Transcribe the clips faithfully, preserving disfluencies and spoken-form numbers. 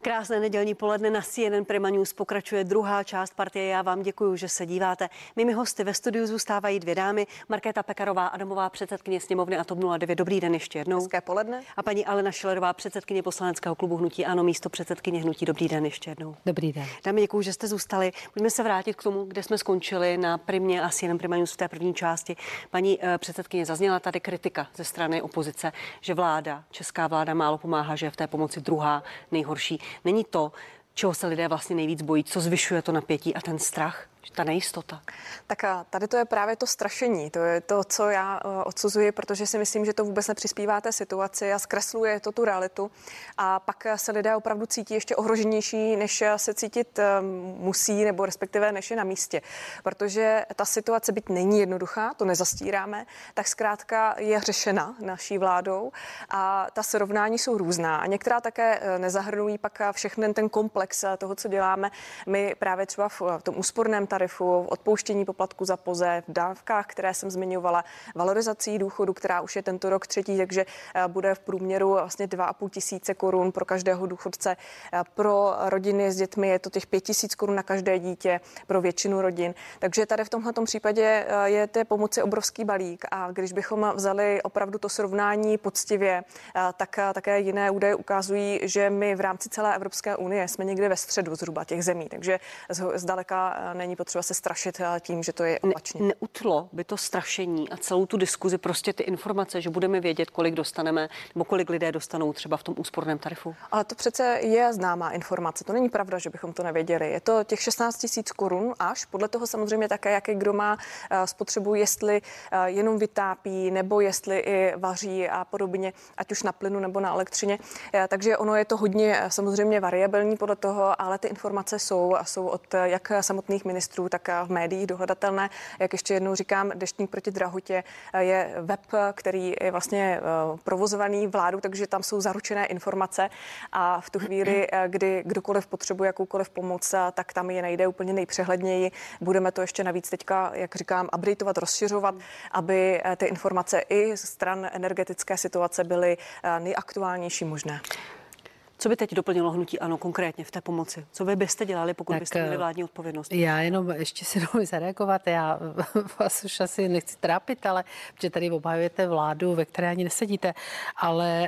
Krásné nedělní poledne na C N N Prima News pokračuje druhá část partie. Já vám děkuji, že se díváte. Mými hosty ve studiu zůstávají dvě dámy. Markéta Pekarová Adamová, předsedkyně sněmovny a TOP nula devět. Dobrý den ještě jednou. Hezké poledne. A paní Alena Schillerová, předsedkyně poslaneckého klubu Hnutí ANO, místo předsedkyně Hnutí. Dobrý den ještě jednou. Dobrý den. Dámy, děkuji, že jste zůstali. Pojďme se vrátit k tomu, kde jsme skončili na Primě a C N N Prima News v té první části. Paní eh, předsedkyně, zazněla tady kritika ze strany opozice, že vláda, česká vláda málo pomáhá, že je v té pomoci druhá nejhorší. Není to, čeho se lidé vlastně nejvíc bojí, co zvyšuje to napětí a ten strach, ta nejistota? Tak a tady to je právě to strašení, to je to, co já odsuzuji, protože si myslím, že to vůbec nepřispívá té situaci a zkresluje to tu realitu a pak se lidé opravdu cítí ještě ohroženější, než se cítit musí, nebo respektive než je na místě, protože ta situace, byť není jednoduchá, to nezastíráme, tak zkrátka je řešena naší vládou a ta srovnání jsou různá a některá také nezahrnují pak všechny ten komplex toho, co děláme my právě třeba v tom úsporném tarifu, odpouštění poplatku za POZE, v dávkách, které jsem zmiňovala, valorizací důchodu, která už je tento rok třetí, takže bude v průměru vlastně dva a půl tisíce korun pro každého důchodce. Pro rodiny s dětmi je to těch pět tisíc korun na každé dítě, pro většinu rodin. Takže tady v tomhletom případě je té pomoci obrovský balík a když bychom vzali opravdu to srovnání poctivě, tak také jiné údaje ukazují, že my v rámci celé Evropské unie jsme někde ve středu zhruba těch zemí, takže zdaleka není potřeba se strašit tím, že to je opačně. Ne, neutlo by to strašení a celou tu diskuzi prostě ty informace, že budeme vědět, kolik dostaneme nebo kolik lidé dostanou třeba v tom úsporném tarifu? Ale to přece je známá informace. To není pravda, že bychom to nevěděli. Je to těch šestnáct tisíc korun až. Podle toho samozřejmě také, jaký kdo má spotřebu, jestli jenom vytápí nebo jestli i vaří a podobně, ať už na plynu nebo na elektřině. Takže ono je to hodně samozřejmě variabilní podle toho, ale ty informace jsou a jsou od jak samotných ministrů, tak v médiích dohledatelné. Jak ještě jednou říkám, Deštník proti drahotě je web, který je vlastně provozovaný vládou, takže tam jsou zaručené informace a v tu chvíli, kdy kdokoliv potřebuje jakoukoliv pomoc, tak tam je najde úplně nejpřehledněji. Budeme to ještě navíc teďka, jak říkám, updateovat, rozšiřovat, aby ty informace i stran energetické situace byly nejaktuálnější možné. Co by teď doplnilo Hnutí ANO konkrétně v té pomoci? Co vy byste dělali, pokud tak byste měli vládní odpovědnost? Já jenom ještě si dovolím zareagovat. Já vás už asi nechci trápit, ale protože tady obhajujete vládu, ve které ani nesedíte, ale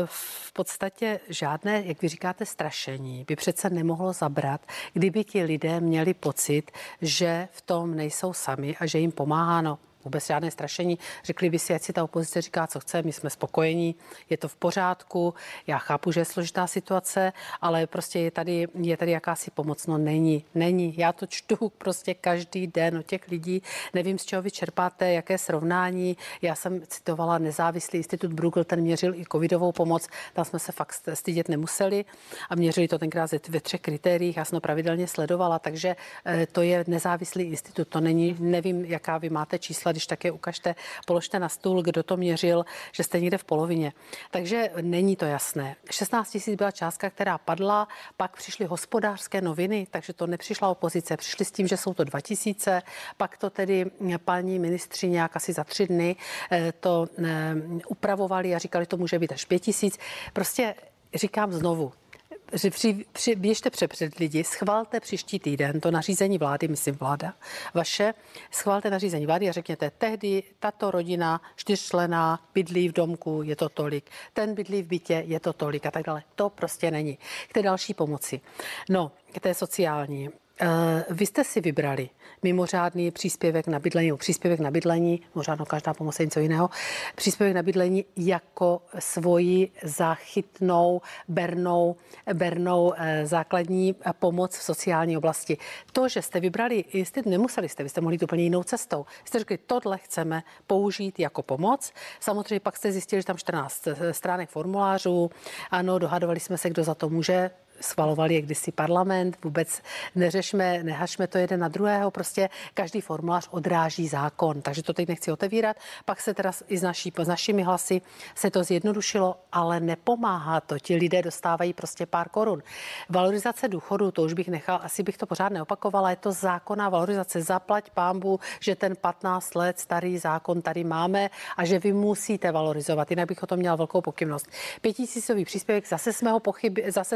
v podstatě žádné, jak vy říkáte, strašení by přece nemohlo zabrat, kdyby ti lidé měli pocit, že v tom nejsou sami a že jim pomáháno. Vůbec žádné strašení. Řekli by si, ať si ta opozice říká, co chce, my jsme spokojení, je to v pořádku. Já chápu, že je složitá situace, ale prostě je tady, je tady jakási pomoc. No není, není. Já to čtu prostě každý den od těch lidí. Nevím, z čeho vy čerpáte, jaké srovnání. Já jsem citovala nezávislý institut Bruegel, ten měřil i covidovou pomoc. Tam jsme se fakt stydět nemuseli a měřili to tenkrát ve třech kritériích. Já jsem to pravidelně sledovala, takže to je nezávislý institut. To není, nevím, jaká vy máte čísla, když také ukažte, položte na stůl, kdo to měřil, že jste někde v polovině. Takže není to jasné. šestnáct tisíc byla částka, která padla, pak přišly Hospodářské noviny, takže to nepřišla opozice, přišli s tím, že jsou to dva tisíce, pak to tedy paní ministři nějak asi za tři dny to upravovali a říkali, to může být až pět tisíc. Prostě říkám znovu, že při, při, běžte před, před lidi, schvalte příští týden to nařízení vlády, myslím vláda vaše, schvalte nařízení vlády a řekněte, tehdy tato rodina čtyřčlenná bydlí v domku, je to tolik, ten bydlí v bytě, je to tolik a tak dále. To prostě není. K té další pomoci. No, k té sociální. Uh, vy jste si vybrali mimořádný příspěvek na bydlení, příspěvek na bydlení, možná každá pomoc je něco jiného, příspěvek na bydlení jako svoji záchytnou, bernou, bernou uh, základní pomoc v sociální oblasti. To, že jste vybrali institut, nemuseli jste, vy jste mohli jít úplně jinou cestou. Jste řekli, tohle chceme použít jako pomoc. Samozřejmě pak jste zjistili, že tam čtrnáct stránek formulářů, ano, dohadovali jsme se, kdo za to může, schvalovali je kdysi parlament, vůbec neřešme, nehašme to jeden na druhého, prostě každý formulář odráží zákon, takže to teď nechci otevírat. Pak se teda i s, naší, s našimi hlasy se to zjednodušilo, ale nepomáhá to, ti lidé dostávají prostě pár korun. Valorizace důchodu, to už bych nechal, asi bych to pořád neopakovala, je to zákonná valorizace, zaplať pánbu, že ten patnáct let starý zákon tady máme a že vy musíte valorizovat, jinak bych o tom měla velkou pochybnost. Pětitisícový příspěvek, zase jsme ho pochyb, zase jsme ho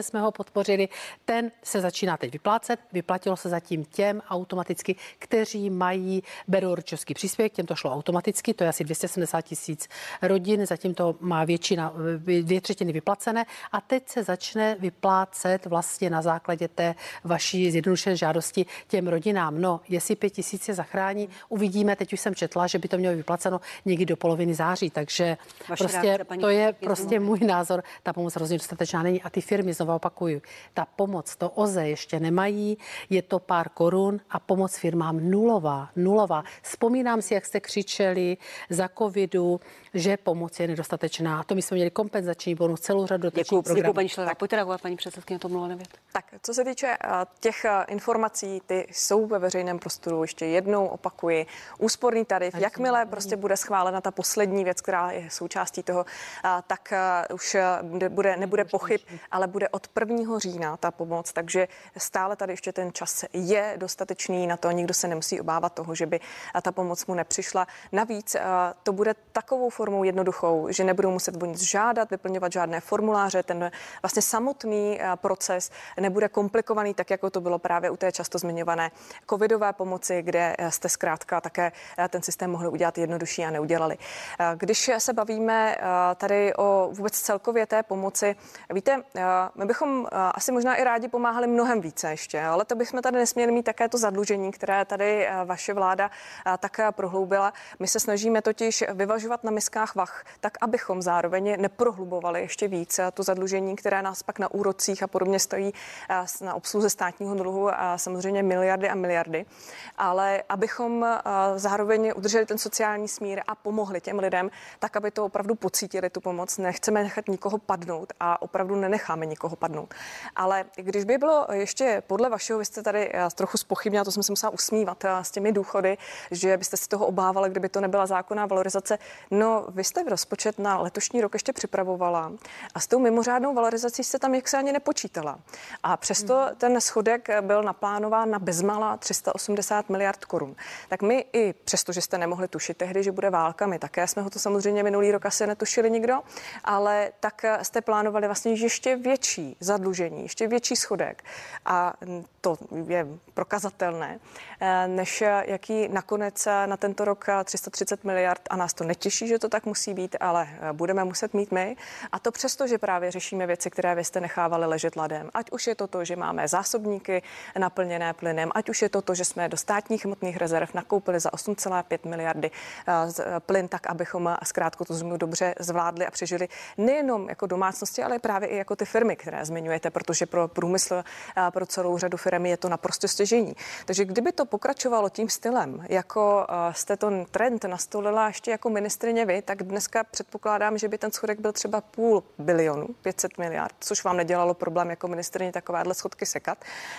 podpořili, ten se začíná teď vyplácet. Vyplatilo se zatím těm automaticky, kteří mají, berou rodičovský příspěvek, těm to šlo automaticky, to je asi dvě stě sedmdesát tisíc rodin, zatím to má většina, dvě třetiny vyplacené a teď se začne vyplácet vlastně na základě té vaší zjednodušené žádosti těm rodinám. No, jestli pět tisíc je zachrání, uvidíme, teď už jsem četla, že by to mělo vyplaceno někdy do poloviny září, takže Vaše prostě reakce, paní to je prostě můj názor, ta pomoc rozhodně dostatečná není a ty firmy, znovu opakuju, ta pomoc, to O Z E ještě nemají, je to pár korun a pomoc firmám nulová, nulová. Vzpomínám si, jak jste křičeli za covidu, že pomoc je nedostatečná. To my jsme měli kompenzační bonus, celou řadu dotačních programů. Děkuji, paní Schillerová. Pojďte reagovat, paní předsedkyně, to nula devět. Tak, co se týče uh, těch uh, informací, ty jsou ve veřejném prostoru. Ještě jednou opakuji. Úsporný tarif, jakmile prostě bude schválena ta poslední věc, která je součástí toho, uh, tak uh, už uh, bude, nebude pochyb, ale bude od prvního října ta pomoc, takže stále tady ještě ten čas je dostatečný na to, nikdo se nemusí obávat toho, že by uh, ta pomoc mu nepřišla. Navíc uh, to bude takovou formou jednoduchou, že nebudou muset o nic žádat, vyplňovat žádné formuláře, ten vlastně samotný uh, proces nebude komplikovaný, tak jako to bylo právě u té často zmiňované covidové pomoci, kde jste zkrátka také ten systém mohli udělat jednodušší a neudělali. Když se bavíme tady o vůbec celkově té pomoci, víte, my bychom asi možná i rádi pomáhali mnohem více ještě, ale to bychom tady nesměli mít také to zadlužení, které tady vaše vláda tak prohloubila. My se snažíme totiž vyvažovat na miskách vah, tak abychom zároveň neprohlubovali ještě víc to zadlužení, které nás pak na úrocích a podobně stojí na obsluze státního dluhu a samozřejmě miliardy a miliardy, ale abychom zároveň udrželi ten sociální smír a pomohli těm lidem, tak aby to opravdu pocítili tu pomoc. Nechceme nechat nikoho padnout a opravdu nenecháme nikoho padnout. Ale když by bylo ještě podle vašeho, vy jste tady trochu zpochybnila, to jsem se musela usmívat s těmi důchody, že byste si toho obávali, kdyby to nebyla zákonná valorizace. No, vy jste v rozpočet na letošní rok ještě připravovala a s tou mimořádnou valorizací jste tam jaksi ani nepočítala. A přesto ten schodek byl naplánován na bezmála tři sta osmdesát miliard korun. Tak my i přesto, že jste nemohli tušit tehdy, že bude válka, my také jsme ho to samozřejmě minulý rok asi netušili nikdo, ale tak jste plánovali vlastně ještě větší zadlužení, ještě větší schodek a to je prokazatelné, než jaký nakonec na tento rok tři sta třicet miliard a nás to netěší, že to tak musí být, ale budeme muset mít my a to přesto, že právě řešíme věci, které vy jste nechávali ležet ladem. Ať už je to to, že máme zásobníky naplněné plynem, ať už je to to, že jsme do státních hmotných rezerv nakoupili za osm celá pět miliardy plyn, tak abychom zkrátku tu zimu dobře zvládli a přežili nejenom jako domácnosti, ale právě i jako ty firmy, které zmiňujete, protože pro průmysl, pro celou řadu firm je to naprosto stěžejní. Takže kdyby to pokračovalo tím stylem, jako jste ten trend nastolila ještě jako ministryně vy, tak dneska předpokládám, že by ten schodek byl třeba půl bilionu, pět set miliard, což vám nedělalo problém jako ministryně takovéhle schodky sekat.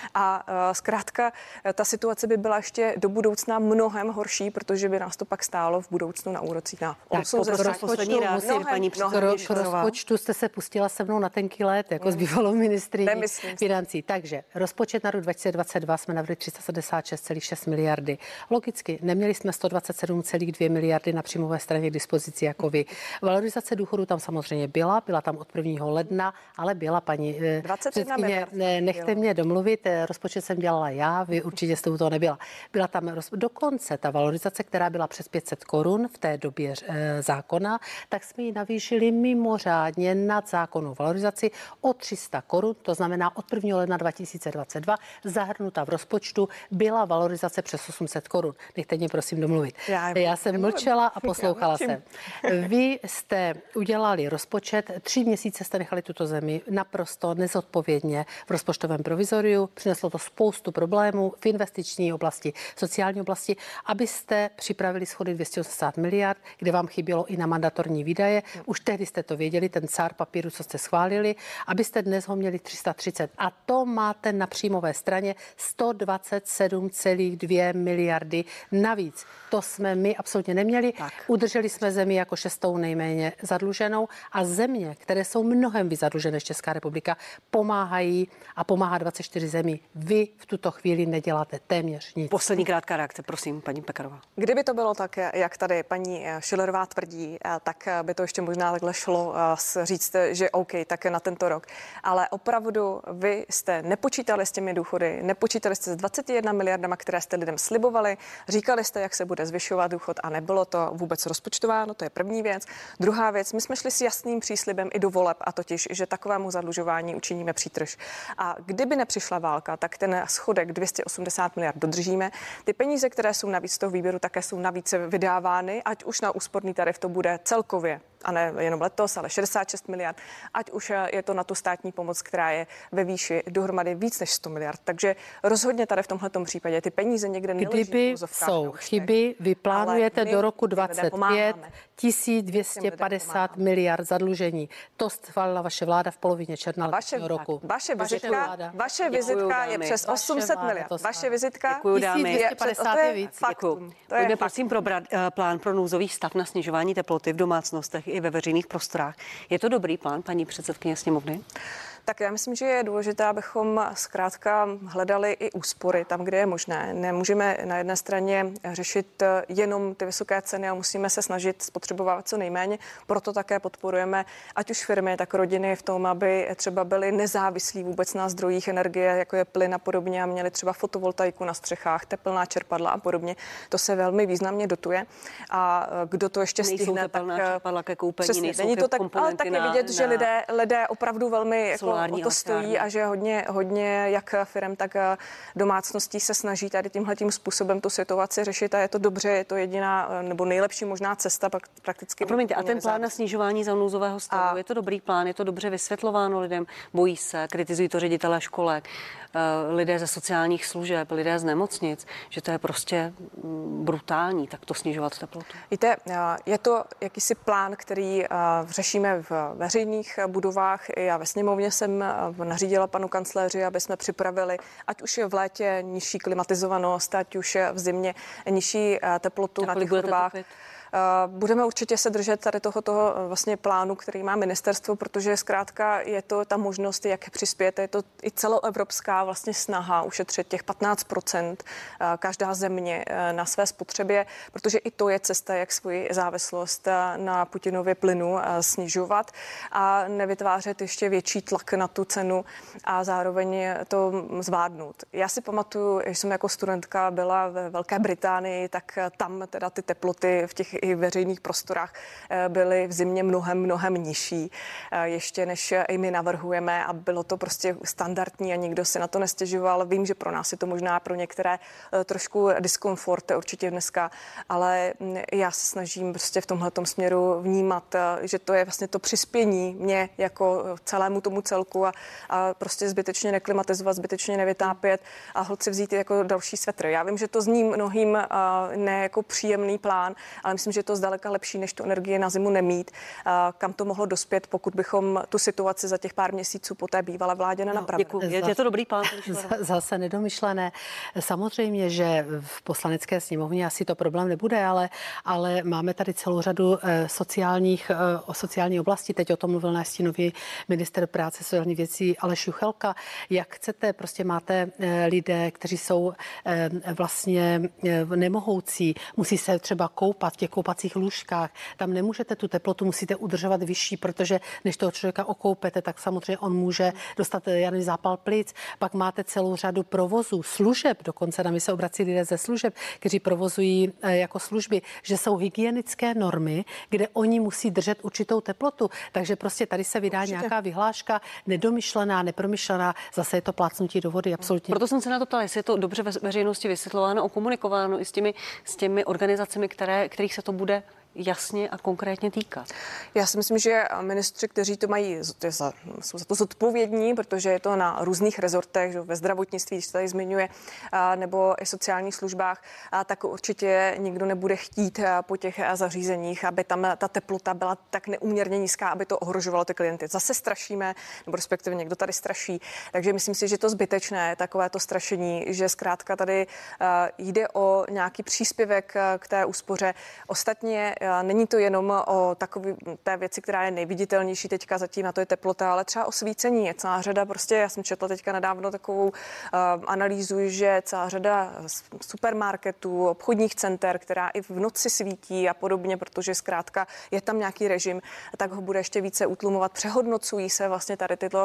A uh, zkrátka ta situace by byla ještě do budoucna mnohem horší, protože by nás to pak stálo v budoucnu na úrocích na K rozpočtu jste se pustila se mnou na tenký let, jako s bývalou ministryní financí. Takže rozpočet na rok dva tisíce dvacet dva jsme navrhli tři sta sedmdesát šest celá šest miliardy. Logicky neměli jsme sto dvacet sedm celá dvě miliardy na příjmové straně k dispozici jako vy. Valorizace důchodu tam samozřejmě byla, byla tam od prvního ledna, ale byla paní předsedkyně, ne, nechte mě domluvit, rozpočet jsem dělala já, vy určitě jste u toho nebyla. Byla tam roz... dokonce ta valorizace, která byla přes pět set korun v té době e, zákona, tak jsme ji navýšili mimořádně nad zákonnou valorizaci o tři sta korun, to znamená od prvního ledna dva tisíce dvacet dva zahrnuta v rozpočtu byla valorizace přes osm set korun. Nechte mě prosím domluvit. Já, já jsem mlčela a poslouchala jsem. Vy jste udělali rozpočet, tři měsíce jste nechali tuto zemi naprosto nezodpovědně v rozpočtovém provizoriu, přineslo to spoustu problémů v investiční oblasti, sociální oblasti, abyste připravili schody dvě stě osmdesát miliard, kde vám chybělo i na mandatorní výdaje. Už tehdy jste to věděli, ten cár papíru, co jste schválili, abyste dnes ho měli tři sta třicet. A to máte na příjmové straně sto dvacet sedm celá dvě miliardy navíc. To jsme my absolutně neměli. Tak. Udrželi jsme zemi jako šestou nejméně zadluženou a země, které jsou mnohem víc zadlužené než Česká republika, pomáhají a pomáhá dvacet čtyři zemí. Vy v tuto chvíli neděláte téměř nic. Poslední krátká reakce, prosím, paní Pekarová. Kdyby to bylo tak, jak tady paní Schillerová tvrdí, tak by to ještě možná takhle šlo říct, že OK, tak na tento rok. Ale opravdu vy jste nepočítali s těmi důchody, nepočítali jste s dvaceti jedna miliardama, které jste lidem slibovali, říkali jste, jak se bude zvyšovat důchod a nebylo to vůbec rozpočtováno, to je první věc. Druhá věc, my jsme šli s jasným příslibem i do voleb, a totiž, že takovému zadlužování učiníme přítrž. A kdyby nepřišla válka, tak ten schodek dvě stě osmdesát miliard dodržíme. Ty peníze, které jsou navíc z toho výběru, také jsou navíc vydávány, ať už na úsporný tarif to bude celkově, a ne jenom letos, ale šedesát šest miliard, ať už je to na tu státní pomoc, která je ve výši dohromady víc než sto miliard. Takže rozhodně tady v tomhletom případě ty peníze někde neleží. Kdyby jsou chyby, vy plánujete do roku dvacet pět tisíc dvě stě padesát miliard zadlužení. To schválila vaše vláda v polovině června letošního roku. Vaše vizitka, vaše, vaše vizitka je přes osm set miliard. Vaše vizitka je přes je víc. Pojďme prosím probrat uh, plán pro nouzový stav na snižování teploty v domácnostech i ve veřejných prostorách. Je to dobrý plán, paní předsedkyně sněmovny? Tak já myslím, že je důležité, abychom zkrátka hledali i úspory tam, kde je možné. Nemůžeme na jedné straně řešit jenom ty vysoké ceny a musíme se snažit spotřebovávat co nejméně. Proto také podporujeme ať už firmy, tak rodiny v tom, aby třeba byly nezávislí vůbec na zdrojích energie, jako je plyn a podobně, a měli třeba fotovoltaiku na střechách, tepelná čerpadla a podobně. To se velmi významně dotuje. A kdo to ještě nejsou stihne, tak čerpadla ke koupení, přesně, nejsou není to tak, ale tak je vidět, na, že lidé, lidé opravdu velmi jako o to stojí elektrárny. A že hodně, hodně jak firem, tak domácností se snaží tady tímhletím způsobem tu situaci řešit a je to dobře, je to jediná nebo nejlepší možná cesta pak prakticky. A promiňte, a ten plán na snižování za nouzového stavu, a... je to dobrý plán, je to dobře vysvětlováno lidem, bojí se, kritizují to ředitelé školek, lidé ze sociálních služeb, lidé z nemocnic, že to je prostě brutální, tak to snižovat teplotu. Víte, je to jakýsi plán, který řešíme v veřejných budovách. Já ve sněmovně jsem nařídila panu kancléři, aby jsme připravili, ať už je v létě nižší klimatizovanost, ať už v zimě nižší teplotu na těch budovách. Budeme určitě se držet tady tohoto vlastně plánu, který má ministerstvo, protože zkrátka je to ta možnost, jak přispět. Je to i celoevropská vlastně snaha ušetřit těch patnáct procent každá země na své spotřebě, protože i to je cesta, jak svoji závislost na Putinově plynu snižovat a nevytvářet ještě větší tlak na tu cenu a zároveň to zvládnout. Já si pamatuju, že jsem jako studentka byla ve Velké Británii, tak tam teda ty teploty v těch i veřejných prostorách byly v zimě mnohem, mnohem nižší, ještě než i my navrhujeme a bylo to prostě standardní a nikdo si na to nestěžoval. Vím, že pro nás je to možná pro některé trošku diskomfort určitě dneska, ale já se snažím prostě v tomhletom směru vnímat, že to je vlastně to přispění mě jako celému tomu celku a, a prostě zbytečně neklimatizovat, zbytečně nevytápět a holci vzít jako další svetry. Já vím, že to zní mnohým ne jako příjemný plán, ale myslím, že je to zdaleka lepší, než tu energii na zimu nemít. Kam to mohlo dospět, pokud bychom tu situaci za těch pár měsíců po té bývalé vládě nenapravili. No, děkuji. Je to dobrý plán? Zase nedomyšlené. Samozřejmě, že v poslanecké sněmovně asi to problém nebude, ale, ale máme tady celou řadu sociálních, o sociální oblasti. Teď o tom mluvil náš stínový minister práce sociálních věcí Aleš Juchelka. Jak chcete, prostě máte lidé, kteří jsou vlastně nemohoucí, musí se třeba koupat v těch koupacích lůžkách. Tam nemůžete tu teplotu, musíte udržovat vyšší, protože než toho člověka okoupete, tak samozřejmě on může dostat jen zápal plic. Pak máte celou řadu provozů, služeb, dokonce na mě se obrací lidé ze služeb, kteří provozují jako služby, že jsou hygienické normy, kde oni musí držet určitou teplotu. Takže prostě tady se vydá Určitě. nějaká vyhláška nedomyšlená, nepromyšlená, zase je to plácnutí do vody, absolutně. Proto jsem se na to ptala, jestli je to dobře ve veřejnosti vysvětlováno, komunikováno i s těmi, s těmi organizacemi, které, kterých se to bude jasně a konkrétně týkat. Já si myslím, že ministři, kteří to mají, jsou za to zodpovědní, protože je to na různých rezortech, že ve zdravotnictví, když se tady zmiňuje, nebo i sociálních službách, tak určitě nikdo nebude chtít po těch zařízeních, aby tam ta teplota byla tak neúměrně nízká, aby to ohrožovalo ty klienty. Zase strašíme, nebo respektive někdo tady straší. Takže myslím si, že to zbytečné, takové to strašení, že zkrátka tady jde o nějaký příspěvek k té úspoře. Ostatně není to jenom o takové té věci, která je nejviditelnější teďka zatím, na to je teplota, ale třeba o svícení. Je celá řada, prostě já jsem četla teďka nedávno takovou uh, analýzu, že celá řada supermarketů, obchodních center, která i v noci svítí a podobně, protože zkrátka je tam nějaký režim, tak ho bude ještě více utlumovat. Přehodnocují se vlastně tady tyto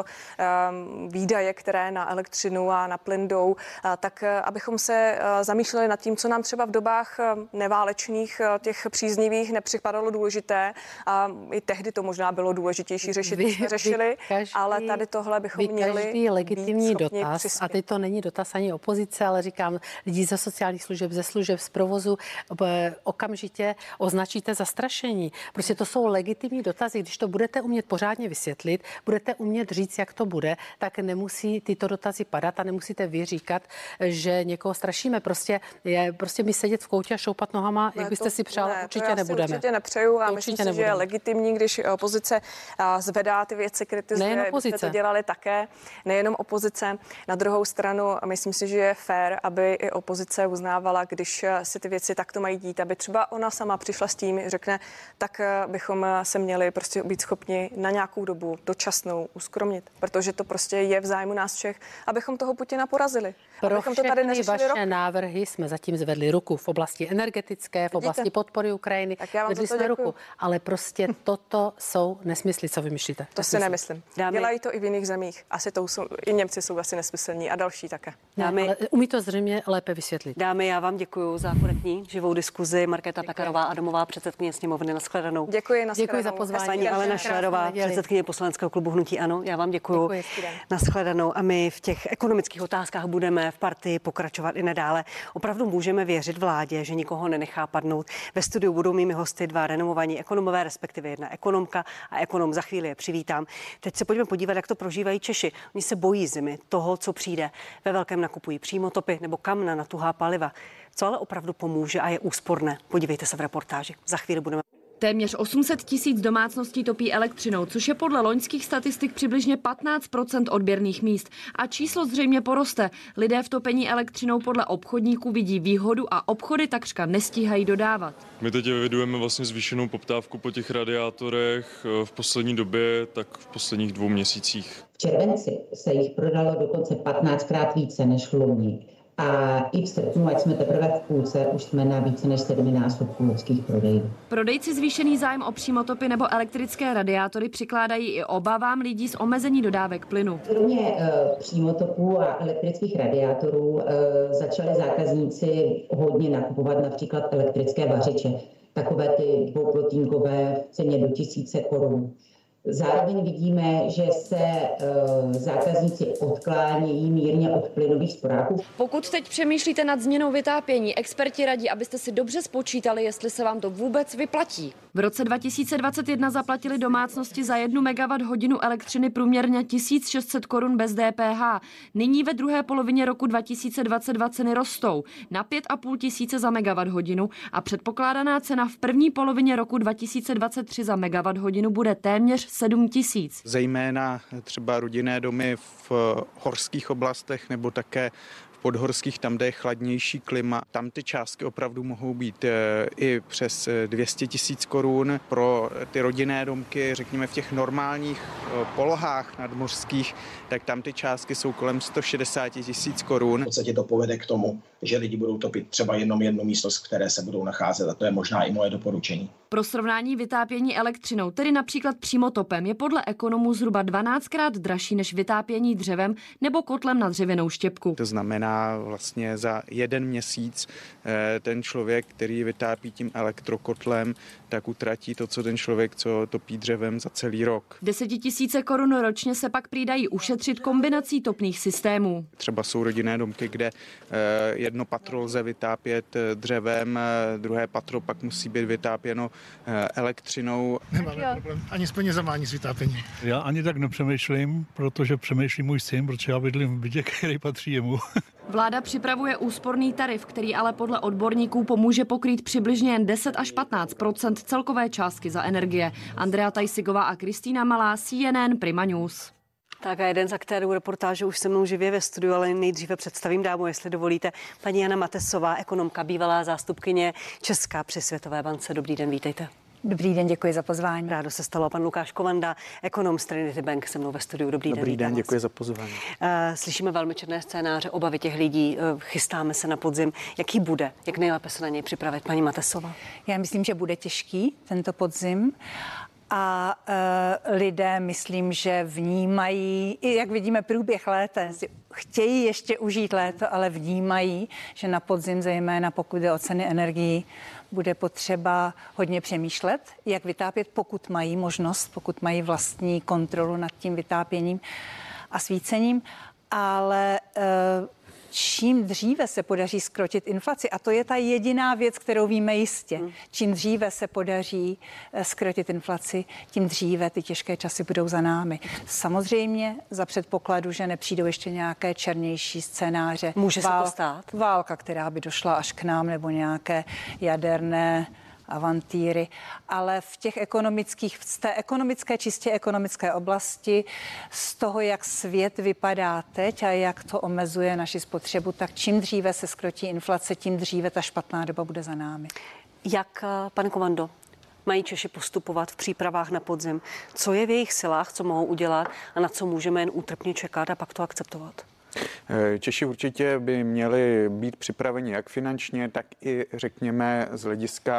um, výdaje, které na elektřinu a na plyn jdou, uh, tak uh, abychom se uh, zamýšleli nad tím, co nám třeba v dobách uh, neválečných, uh, těch příznivých nepřipadalo důležité. A i tehdy to možná bylo důležitější řešit, vy, jsme řešili, každý, ale tady tohle bychom měli každý legitimní dotaz, přispět. A teď to není dotaz ani opozice, ale říkám lidí ze sociálních služeb, ze služeb, z provozu, okamžitě označíte zastrašení. Prostě to jsou legitimní dotazy. Když to budete umět pořádně vysvětlit, budete umět říct, jak to bude, tak nemusí tyto dotazy padat a nemusíte vy říkat, že někoho strašíme. Prostě je prostě my sedět v koutě a šoupat nohama, ne, jak byste to, si přál, ne, určitě to já nebudeme. Si určitě nepřeju a to myslím určitě si, nebudeme. že je legitimní, když opozice zvedá ty věci, kritizuje. Nejen opozice. Byste to dělali také, nejenom opozice. Na druhou stranu myslím si, že je fér, aby i opozice uznávala, když si ty věci takto mají dít, aby třeba ona sama přišla s tím, řekne, tak bychom se měli prostě být schopni na nějakou dobu dočasnou uskromnit, protože to prostě je v zájmu nás všech, abychom toho Putina porazili. Pro abychom to tady všechny vaše rok. návrhy jsme zatím zvedli ruku v oblasti energetické, v oblasti Vidíte? podpory Ukrajiny. Tak já vám Zvedli za to jsme děkuju. ruku, ale prostě toto jsou nesmysly, co vymýšlíte. To nesmysly. si nemyslím. Dámy. Dělají to i v jiných zemích. Asi to jsou, i Němci jsou asi nesmyslní a další také. Dámy, ale umí to zřejmě lépe vysvětlit. Dámy, já vám děkuji za korektní živou diskuzi. Markéta Pekarová Adamová, předsedkyně sněmovny, nashledanou. Děkuji, nashledanou. Děkuji za pozvání. Paní Alena Schillerová, předsedkyně poslaneckého klubu Hnutí Ano, já vám děkuji. Nashledanou. A my v těch ekonomických otázkách budeme v partii pokračovat i nadále. Opravdu můžeme věřit vládě, že nikoho nenechá padnout. Ve studiu budou mými hosty dva renomovaní ekonomové, respektive jedna ekonomka a ekonom. Za chvíli je přivítám. Teď se pojďme podívat, jak to prožívají Češi. Oni se bojí zimy, toho, co přijde. Ve velkém nakupují přímotopy nebo kamna na tuhá paliva. Co ale opravdu pomůže a je úsporné. Podívejte se v reportáži. Za chvíli budeme. Téměř osm set tisíc domácností topí elektřinou, což je podle loňských statistik přibližně patnáct procent odběrných míst. A číslo zřejmě poroste. Lidé v topení elektřinou podle obchodníků vidí výhodu a obchody takřka nestíhají dodávat. My teď evidujeme vlastně zvýšenou poptávku po těch radiátorech v poslední době, tak v posledních dvou měsících. V červenci se jich prodalo dokonce patnáctkrát více než loni. A i v srpnu, ať jsme teprve v půlce, už jsme na více než sedminásobku lidských prodejů. Prodejci zvýšený zájem o přímotopy nebo elektrické radiátory přikládají i obavám lidí z omezení dodávek plynu. Kromě uh, přímotopů a elektrických radiátorů uh, začali zákazníci hodně nakupovat například elektrické vařiče. Takové ty dvouplotínkové v ceně do tisíce korun. Zároveň vidíme, že se uh, zákazníci odklánějí mírně od plynových sporáků. Pokud teď přemýšlíte nad změnou vytápění, experti radí, abyste si dobře spočítali, jestli se vám to vůbec vyplatí. V roce dva tisíce dvacet jedna zaplatili domácnosti za jednu megawatt hodinu elektřiny průměrně tisíc šest set korun bez D P H. Nyní ve druhé polovině roku dva tisíce dvacet dva ceny rostou na pět a půl tisíce za megawatt hodinu a předpokládaná cena v první polovině roku dva tisíce dvacet tři za megawatt hodinu bude téměř sedm tisíc. Zejména třeba rodinné domy v horských oblastech nebo také v podhorských, tam, kde je chladnější klima, tam ty částky opravdu mohou být i přes dvě stě tisíc korun. Pro ty rodinné domky, řekněme v těch normálních polohách nadmořských, tak tam ty částky jsou kolem sto šedesát tisíc korun. V podstatě to povede k tomu, že lidi budou topit třeba jenom jednu místnost, v které se budou nacházet, a to je možná i moje doporučení. Pro srovnání vytápění elektřinou, tedy například přímotopem, je podle ekonomů zhruba dvanáctkrát dražší než vytápění dřevem nebo kotlem na dřevěnou štěpku. To znamená vlastně za jeden měsíc ten člověk, který vytápí tím elektrokotlem, tak utratí to, co ten člověk, co topí dřevem za celý rok. Desetitisíce korun ročně se pak přidají ušetřit kombinací topných systémů. Třeba jsou rodinné domky, kde jedno patro lze vytápět dřevem, druhé patro pak musí být vytápěno elektřinou. Nemáme problém ani s penězama, ani s vytápěním. Já ani tak nepřemýšlím, protože přemýšlí můj syn, protože já bydlím v bytě, který patří jemu. Vláda připravuje úsporný tarif, který ale podle odborníků pomůže pokrýt přibližně jen deset až patnáct procent celkové částky za energie. Andrea Tajsigová a Kristýna Malá, C N N, Prima News. Tak a jeden z aktérů reportáže už se mnou živě ve studiu, ale nejdříve představím dámu, jestli dovolíte. Paní Jana Matesová, ekonomka, bývalá zástupkyně Česká při Světové bance. Dobrý den, vítejte. Dobrý den, děkuji za pozvání. Rádo se stalo. Pan Lukáš Kovanda, ekonom z Trinity Bank, se mnou ve studiu. Dobrý, Dobrý den. den, den děkuji za pozvání. Slyšíme velmi četné scénáře, obavy těch lidí, chystáme se na podzim. Jaký bude? Jak nejlépe se na něj připravit, paní Matesová? Já myslím, že bude těžký tento podzim. A e, lidé, myslím, že vnímají, i jak vidíme průběh léta, chtějí ještě užít léto, ale vnímají, že na podzim, zejména pokud jde o ceny energií, bude potřeba hodně přemýšlet, jak vytápět, pokud mají možnost, pokud mají vlastní kontrolu nad tím vytápěním a svícením, ale e, čím dříve se podaří zkrotit inflaci, a to je ta jediná věc, kterou víme jistě, čím dříve se podaří zkrotit inflaci, tím dříve ty těžké časy budou za námi. Samozřejmě za předpokladu, že nepřijdou ještě nějaké černější scénáře. Může se Vál, to stát? Válka, která by došla až k nám, nebo nějaké jaderné avantýry, ale v těch ekonomických, z té ekonomické, čistě ekonomické oblasti, z toho, jak svět vypadá teď a jak to omezuje naši spotřebu, tak čím dříve se zkrotí inflace, tím dříve ta špatná doba bude za námi. Jak, pane Kovando, mají Češi postupovat v přípravách na podzim? Co je v jejich silách, co mohou udělat a na co můžeme jen útrpně čekat a pak to akceptovat? Češi určitě by měli být připraveni jak finančně, tak i řekněme z hlediska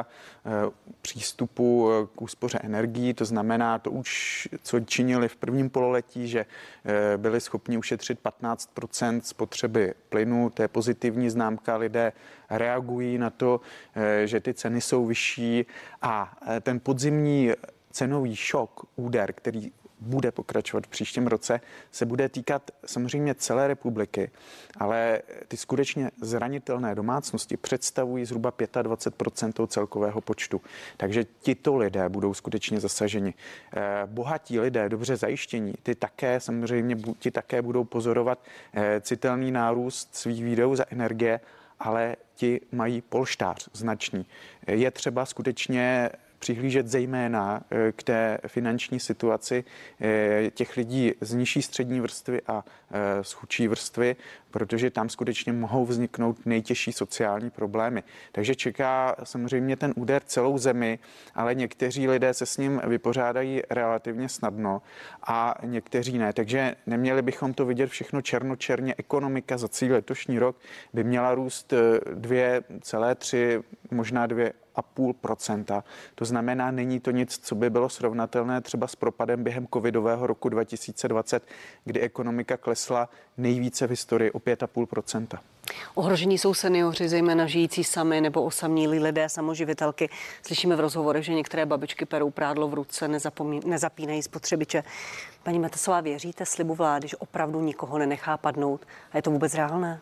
přístupu k úspoře energií. To znamená to už, co činili v prvním pololetí, že byli schopni ušetřit patnáct procent spotřeby plynu. To je pozitivní známka. Lidé reagují na to, že ty ceny jsou vyšší a ten podzimní cenový šok, úder, který bude pokračovat v příštím roce, se bude týkat samozřejmě celé republiky, ale ty skutečně zranitelné domácnosti představují zhruba dvacet pět procent toho celkového počtu. Takže tito lidé budou skutečně zasaženi. Bohatí lidé, dobře zajištění, ty také samozřejmě ti také budou pozorovat citelný nárůst svých výdajů za energie, ale ti mají polštář značný. Je třeba skutečně přihlížet zejména k té finanční situaci těch lidí z nižší střední vrstvy a z chudší vrstvy, protože tam skutečně mohou vzniknout nejtěžší sociální problémy. Takže čeká samozřejmě ten úder celou zemi, ale někteří lidé se s ním vypořádají relativně snadno a někteří ne. Takže neměli bychom to vidět všechno černočerně. Ekonomika za celý letošní rok by měla růst dvě celé tři, možná dvě a půl procenta. To znamená, není to nic, co by bylo srovnatelné třeba s propadem během covidového roku dva tisíce dvacet, kdy ekonomika klesla nejvíce v historii o pět a půl procenta. Ohrožení jsou seniori, zejména žijící sami nebo osamělí lidé, samoživitelky. Slyšíme v rozhovorech, že některé babičky perou prádlo v ruce, nezapomí, nezapínají spotřebiče. Paní Matesová, věříte slibu vlády, že opravdu nikoho nenechá padnout? A je to vůbec reálné?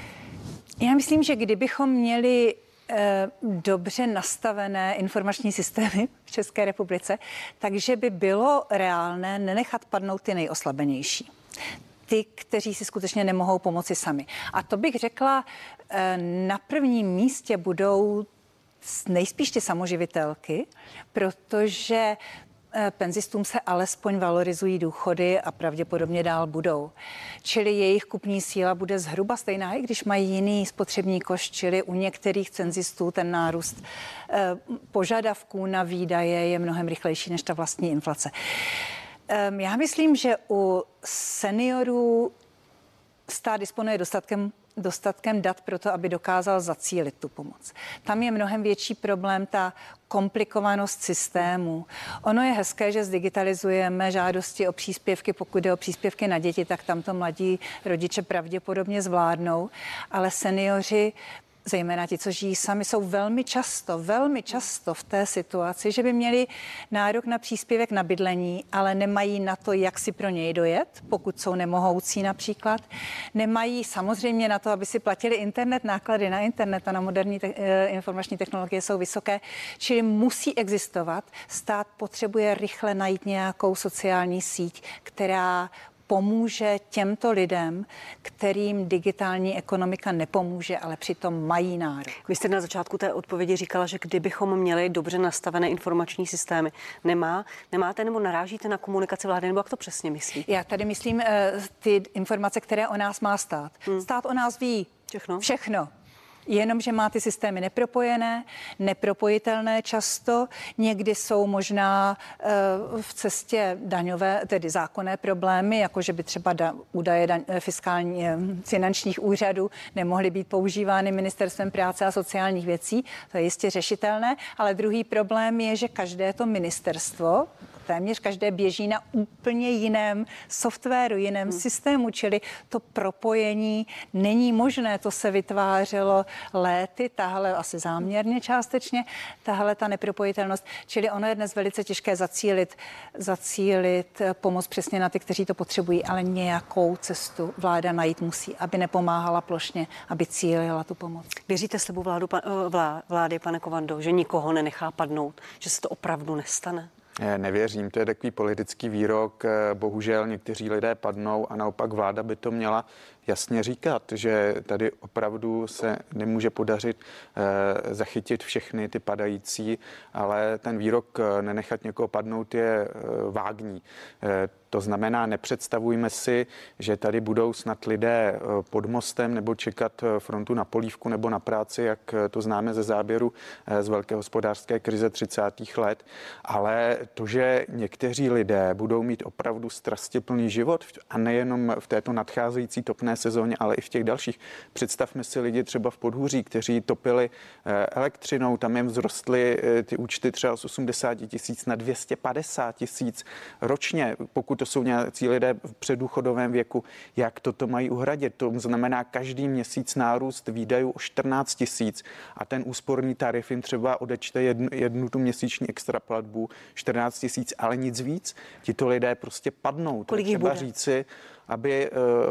Já myslím, že kdybychom měli dobře nastavené informační systémy v České republice, takže by bylo reálné nenechat padnout ty nejoslabenější. Ty, kteří si skutečně nemohou pomoci sami. A to bych řekla, na prvním místě budou nejspíš ty samoživitelky, protože penzistům se alespoň valorizují důchody a pravděpodobně dál budou. Čili jejich kupní síla bude zhruba stejná, i když mají jiný spotřební koš, čili u některých cenzistů ten nárůst eh, požadavků na výdaje je mnohem rychlejší než ta vlastní inflace. Eh, já myslím, že u seniorů stát disponuje dostatkem dostatkem dat pro to, aby dokázal zacílit tu pomoc. Tam je mnohem větší problém ta komplikovanost systému. Ono je hezké, že zdigitalizujeme žádosti o příspěvky, pokud jde o příspěvky na děti, tak tam to mladí rodiče pravděpodobně zvládnou, ale seniori, zejména ti, co žijí sami, jsou velmi často, velmi často v té situaci, že by měli nárok na příspěvek na bydlení, ale nemají na to, jak si pro něj dojet, pokud jsou nemohoucí například. Nemají samozřejmě na to, aby si platili internet, náklady na internet a na moderní te- informační technologie jsou vysoké, čili musí existovat. Stát potřebuje rychle najít nějakou sociální síť, která pomůže těmto lidem, kterým digitální ekonomika nepomůže, ale přitom mají nárok. Vy jste na začátku té odpovědi říkala, že kdybychom měli dobře nastavené informační systémy, nemá, nemáte nebo narážíte na komunikaci vlády, nebo jak to přesně myslí? Já tady myslím ty informace, které o nás má stát. Hmm. Stát o nás ví všechno. Všechno. Jenomže má ty systémy nepropojené, nepropojitelné často. Někdy jsou možná uh, v cestě daňové, tedy zákonné problémy, jako že by třeba da, údaje daň, fiskální, finančních úřadů nemohly být používány Ministerstvem práce a sociálních věcí. To je jistě řešitelné, ale druhý problém je, že každé to ministerstvo, téměř každé běží na úplně jiném softwaru, jiném hmm. systému, čili to propojení není možné, to se vytvářelo léty, tahle asi záměrně částečně, tahle ta nepropojitelnost, čili ono je dnes velice těžké zacílit, zacílit pomoc přesně na ty, kteří to potřebují, ale nějakou cestu vláda najít musí, aby nepomáhala plošně, aby cílila tu pomoc. Věříte slibu vládu, vlá, vlády, pane Kovando, že nikoho nenechá padnout, že se to opravdu nestane? Nevěřím, to je takový politický výrok. Bohužel někteří lidé padnou a naopak vláda by to měla jasně říkat, že tady opravdu se nemůže podařit eh, zachytit všechny ty padající, ale ten výrok nenechat někoho padnout je eh, vágní. Eh, to znamená, nepředstavujme si, že tady budou snad lidé pod mostem nebo čekat frontu na polívku nebo na práci, jak to známe ze záběru z velké hospodářské krize třicátých let, ale to, že někteří lidé budou mít opravdu strastiplný život a nejenom v této nadcházející topné sezóně, ale i v těch dalších. Představme si lidi třeba v Podhůří, kteří topili elektřinou, tam jim vzrostly ty účty třeba z osmdesát tisíc na dvě stě padesát tisíc ročně, pokud to jsou nějací lidé v předdůchodovém věku, jak toto mají uhradit. To znamená každý měsíc nárůst výdajů o čtrnáct tisíc a ten úsporný tarif jim třeba odečte jednu, jednu tu měsíční extra platbu čtrnáct tisíc, ale nic víc. Tito lidé prostě padnou. Kolik to třeba říci, aby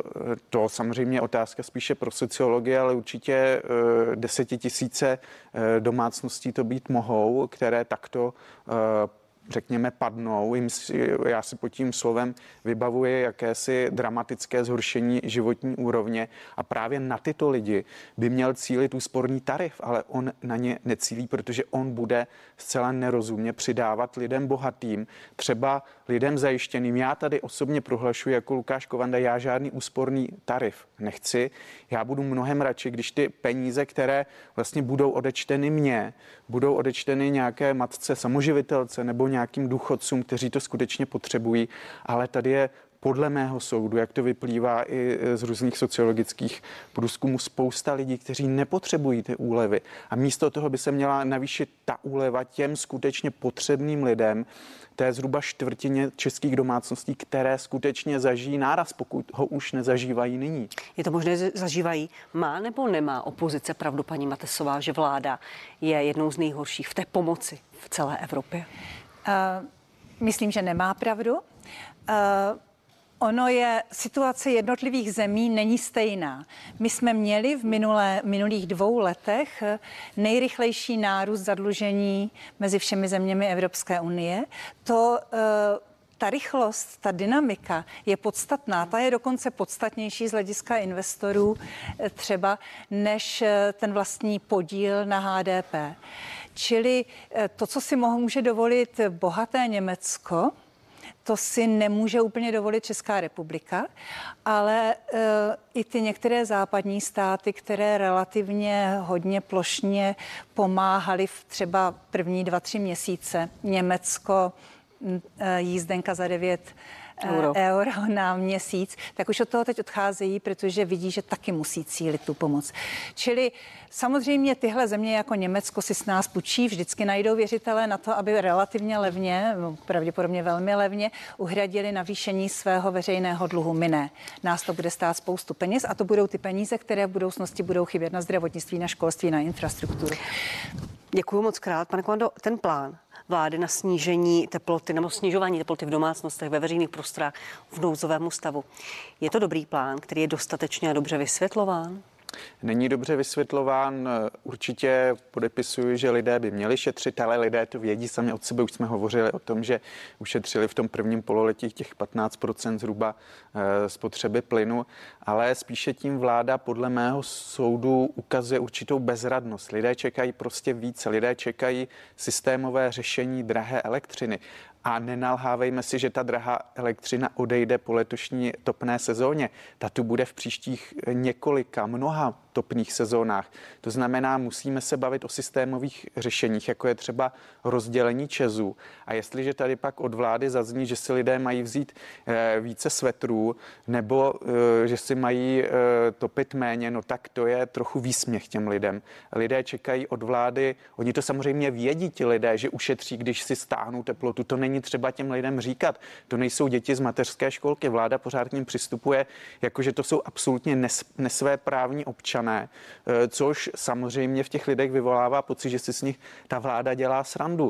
to samozřejmě otázka spíše pro sociologii, ale určitě desetitisíce domácností to být mohou, které takto řekněme, padnou. Já si pod tím slovem vybavuji jakési dramatické zhoršení životní úrovně a právě na tyto lidi by měl cílit úsporný tarif, ale on na ně necílí, protože on bude zcela nerozumně přidávat lidem bohatým, třeba lidem zajištěným. Já tady osobně prohlašuji jako Lukáš Kovanda, já žádný úsporný tarif nechci. Já budu mnohem radši, když ty peníze, které vlastně budou odečteny mně, budou odečteny nějaké matce samoživitelce nebo nějakým důchodcům, kteří to skutečně potřebují, ale tady je podle mého soudu, jak to vyplývá i z různých sociologických průzkumů, spousta lidí, kteří nepotřebují ty úlevy. A místo toho by se měla navýšit ta úleva těm skutečně potřebným lidem, té zhruba čtvrtině českých domácností, které skutečně zažijí náraz, pokud ho už nezažívají nyní. Je to možné, že zažívají. Má nebo nemá opozice pravdu, paní Matesová, že vláda je jednou z nejhorších v té pomoci v celé Evropě? Uh, myslím, že nemá pravdu. Uh, Ono je, situace jednotlivých zemí není stejná. My jsme měli v minulé, minulých dvou letech nejrychlejší nárůst zadlužení mezi všemi zeměmi Evropské unie. To ta rychlost, ta dynamika je podstatná. Ta je dokonce podstatnější z hlediska investorů třeba než ten vlastní podíl na H D P. Čili to, co si může dovolit bohaté Německo, to si nemůže úplně dovolit Česká republika, ale e, i ty některé západní státy, které relativně hodně plošně pomáhaly v třeba první dva, tři měsíce. Německo, e, jízdenka za devět Euro. euro na měsíc, tak už od toho teď odcházejí, protože vidí, že taky musí cílit tu pomoc. Čili samozřejmě tyhle země jako Německo si s nás půjčí, vždycky najdou věřitele na to, aby relativně levně, pravděpodobně velmi levně, uhradili navýšení svého veřejného dluhu. My ne. Nás to bude stát spoustu peněz a to budou ty peníze, které v budoucnosti budou chybět na zdravotnictví, na školství, na infrastrukturu. Děkuji moc krát. Pane Kovando, ten plán vlády na snížení teploty nebo snižování teploty v domácnostech, ve veřejných prostorách, v nouzovému stavu. Je to dobrý plán, který je dostatečně a dobře vysvětlován? Není dobře vysvětlován. Určitě podepisuji, že lidé by měli šetřit, ale lidé to vědí sami od sebe. Už jsme hovořili o tom, že ušetřili v tom prvním pololetí těch patnáct procent zhruba spotřeby plynu, ale spíše tím vláda podle mého soudu ukazuje určitou bezradnost. Lidé čekají prostě více. Lidé čekají systémové řešení drahé elektřiny. A nenalhávejme si, že ta drahá elektřina odejde po letošní topné sezóně. Ta tu bude v příštích několika, mnoha topných sezónách. To znamená, musíme se bavit o systémových řešeních, jako je třeba rozdělení ČEZu. A jestliže tady pak od vlády zazní, že si lidé mají vzít e, více svetrů nebo e, že si mají e, topit méně, no tak to je trochu výsměch těm lidem. Lidé čekají od vlády, oni to samozřejmě vědí ti lidé, že ušetří, když si stáhnou teplotu. To není třeba těm lidem říkat. To nejsou děti z mateřské školky. Vláda pořád k ním přistupuje, jakože to jsou absolutně nes, nesvéprávní občané, což samozřejmě v těch lidech vyvolává pocit, že si s nich ta vláda dělá srandu.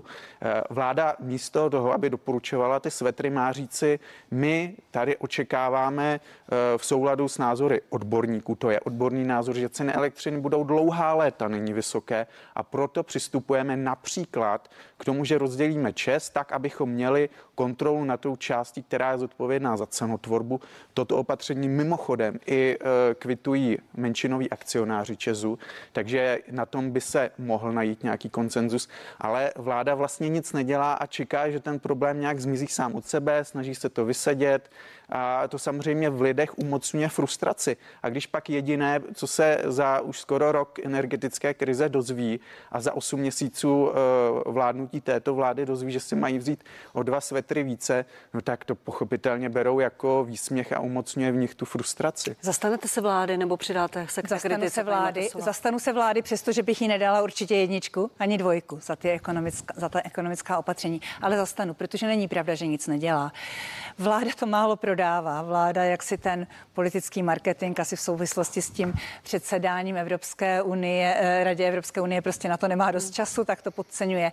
Vláda místo toho, aby doporučovala ty svetry, má říci, my tady očekáváme v souladu s názory odborníků, to je odborný názor, že ceny elektřiny budou dlouhá léta nyní vysoké a proto přistupujeme například k tomu, že rozdělíme ČEZ tak, abychom měli kontrolu na tou částí, která je zodpovědná za cenotvorbu. Toto opatření mimochodem i e, kvitují menšinoví akcionáři ČEZu, takže na tom by se mohl najít nějaký konsenzus, ale vláda vlastně nic nedělá a čeká, že ten problém nějak zmizí sám od sebe, snaží se to vysedět a to samozřejmě v lidech umocňuje frustraci. A když pak jediné, co se za už skoro rok energetické krize dozví a za osm měsíců e, vládnutí této vlády dozví, že si mají vzít o dva svetry více, no tak to pochopitelně berou jako výsměch a umocňuje v nich tu frustraci. Zastanete se vlády nebo přidáte se k Zastanu se vlády, zastanu se vlády, přestože bych jí nedala určitě jedničku ani dvojku za, ty ekonomická, za ta ekonomická opatření, ale zastanu, protože není pravda, že nic nedělá. Vláda to málo prodává. Vláda, jak si ten politický marketing asi v souvislosti s tím předsedáním Evropské unie, Radě Evropské unie prostě na to nemá dost času, tak to podceňuje.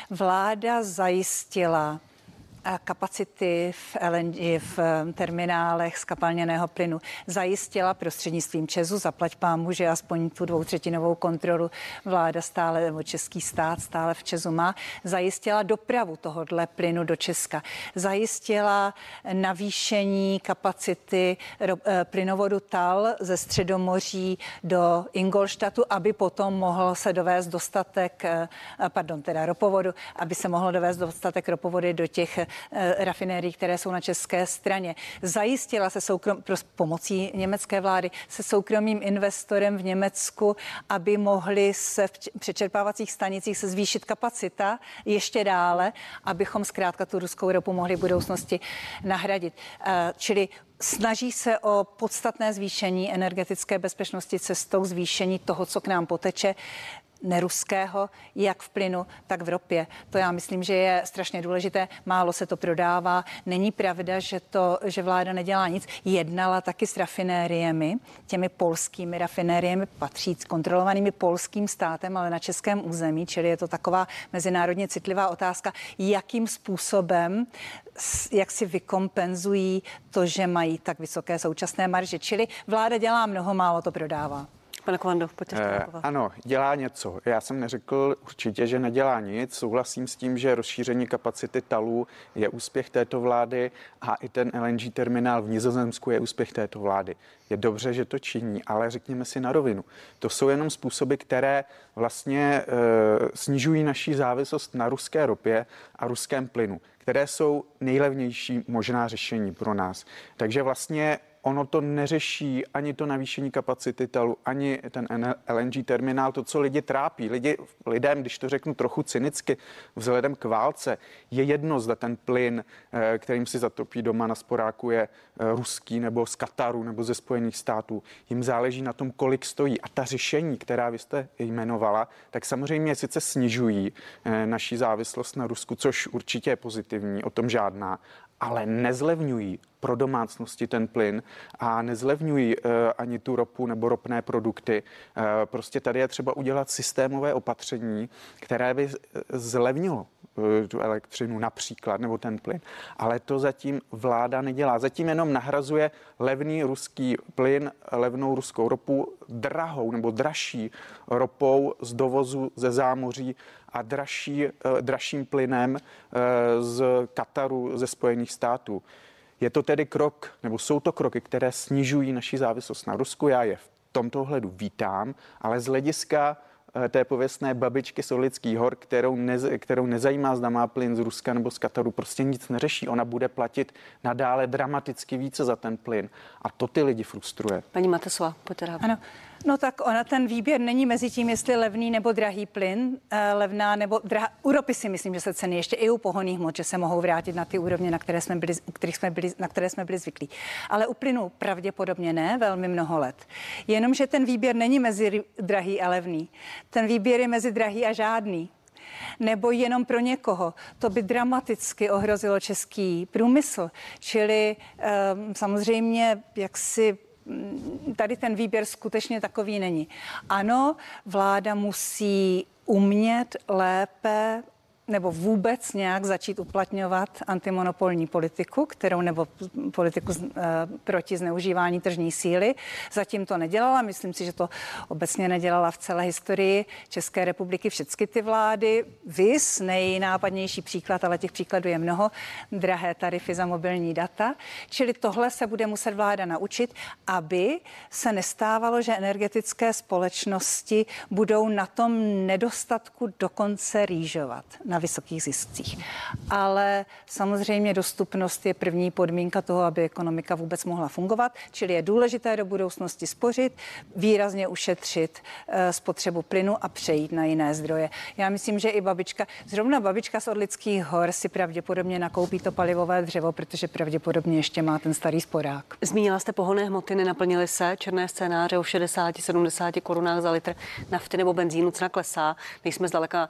Vláda zajistila kapacity v L N G, v terminálech zkapalněného plynu, zajistila prostřednictvím ČEZu, zaplať pámu, že aspoň tu dvoutřetinovou kontrolu vláda stále, nebo český stát stále v ČEZu má, zajistila dopravu tohodle plynu do Česka, zajistila navýšení kapacity plynovodu T A L ze Středomoří do Ingolstadtu, aby potom mohl se dovést dostatek, pardon, teda ropovodu, aby se mohlo dovést dostatek ropovody do těch rafinérií, které jsou na české straně. Zajistila se soukrom, pomocí německé vlády se soukromým investorem v Německu, aby mohli se v přečerpávacích stanicích se zvýšit kapacita ještě dále, abychom zkrátka tu ruskou ropu mohli v budoucnosti nahradit. Čili snaží se o podstatné zvýšení energetické bezpečnosti cestou zvýšení toho, co k nám poteče, neruského, jak v plynu, tak v ropě. To já myslím, že je strašně důležité. Málo se to prodává. Není pravda, že, to, že vláda nedělá nic. Jednala taky s rafinériemi, těmi polskými rafinériemi, patří kontrolovanými polským státem, ale na českém území, čili je to taková mezinárodně citlivá otázka, jakým způsobem, jak si vykompenzují to, že mají tak vysoké současné marže. Čili vláda dělá mnoho, málo to prodává. Pane Kovando, pojďte reagovat. Eh, ano, dělá něco. Já jsem neřekl určitě, že nedělá nic. Souhlasím s tím, že rozšíření kapacity Talu je úspěch této vlády a i ten L N G terminál v Nizozemsku je úspěch této vlády. Je dobře, že to činí, ale řekněme si na rovinu. To jsou jenom způsoby, které vlastně eh, snižují naši závislost na ruské ropě a ruském plynu, které jsou nejlevnější možná řešení pro nás. Takže vlastně ono to neřeší ani to navýšení kapacity Talu, ani ten L N G terminál, to, co lidi trápí. Lidi, lidem, když to řeknu trochu cynicky, vzhledem k válce, je jedno, zda ten plyn, kterým si zatopí doma na sporáku, je ruský nebo z Kataru nebo ze Spojených států. Jim záleží na tom, kolik stojí. A ta řešení, která vy jste jmenovala, tak samozřejmě sice snižují naši závislost na Rusku, což určitě je pozitivní, o tom žádná, ale nezlevňují pro domácnosti ten plyn a nezlevňují ani tu ropu nebo ropné produkty. Prostě tady je třeba udělat systémové opatření, které by zlevnilo tu elektřinu například, nebo ten plyn. Ale to zatím vláda nedělá. Zatím jenom nahrazuje levný ruský plyn, levnou ruskou ropu drahou nebo dražší ropou z dovozu ze zámoří a dražší, dražším plynem z Kataru, ze Spojených států. Je to tedy krok, nebo jsou to kroky, které snižují naši závislost na Rusku. Já je v tomto ohledu vítám, ale z hlediska té pověstné babičky z Orlických hor, kterou, ne, kterou nezajímá, zda má plyn z Ruska nebo z Kataru, prostě nic neřeší. Ona bude platit nadále dramaticky více za ten plyn. A to ty lidi frustruje. Paní Matesová, pojďte dál. Ano. No tak ona, ten výběr není mezi tím, jestli levný nebo drahý plyn, levná nebo drahá. U ropy si myslím, že se ceny ještě i u pohonných hmot, že se mohou vrátit na ty úrovně, na které jsme byli, kterých jsme byli, na které jsme byli zvyklí. Ale u plynu pravděpodobně ne, velmi mnoho let. Jenomže ten výběr není mezi drahý a levný. Ten výběr je mezi drahý a žádný. Nebo jenom pro někoho. To by dramaticky ohrozilo český průmysl. Čili um, samozřejmě, jak si tady ten výběr skutečně takový není. Ano, vláda musí umět lépe nebo vůbec nějak začít uplatňovat antimonopolní politiku, kterou nebo politiku e, proti zneužívání tržní síly. Zatím to nedělala, myslím si, že to obecně nedělala v celé historii České republiky všechny ty vlády. Vys, nejnápadnější příklad, ale těch příkladů je mnoho, drahé tarify za mobilní data. Čili tohle se bude muset vláda naučit, aby se nestávalo, že energetické společnosti budou na tom nedostatku dokonce rýžovat na vysokých ziscích. Ale samozřejmě dostupnost je první podmínka toho, aby ekonomika vůbec mohla fungovat, čili je důležité do budoucnosti spořit, výrazně ušetřit e, spotřebu plynu a přejít na jiné zdroje. Já myslím, že i babička, zrovna babička z Orlických hor si pravděpodobně nakoupí to palivové dřevo, protože pravděpodobně ještě má ten starý sporák. Zmínila jste pohonné hmoty, nenaplnily se černé scénáře o šedesát sedmdesát korunách za litr nafty nebo benzínu, cena klesá. Nejsme zdaleka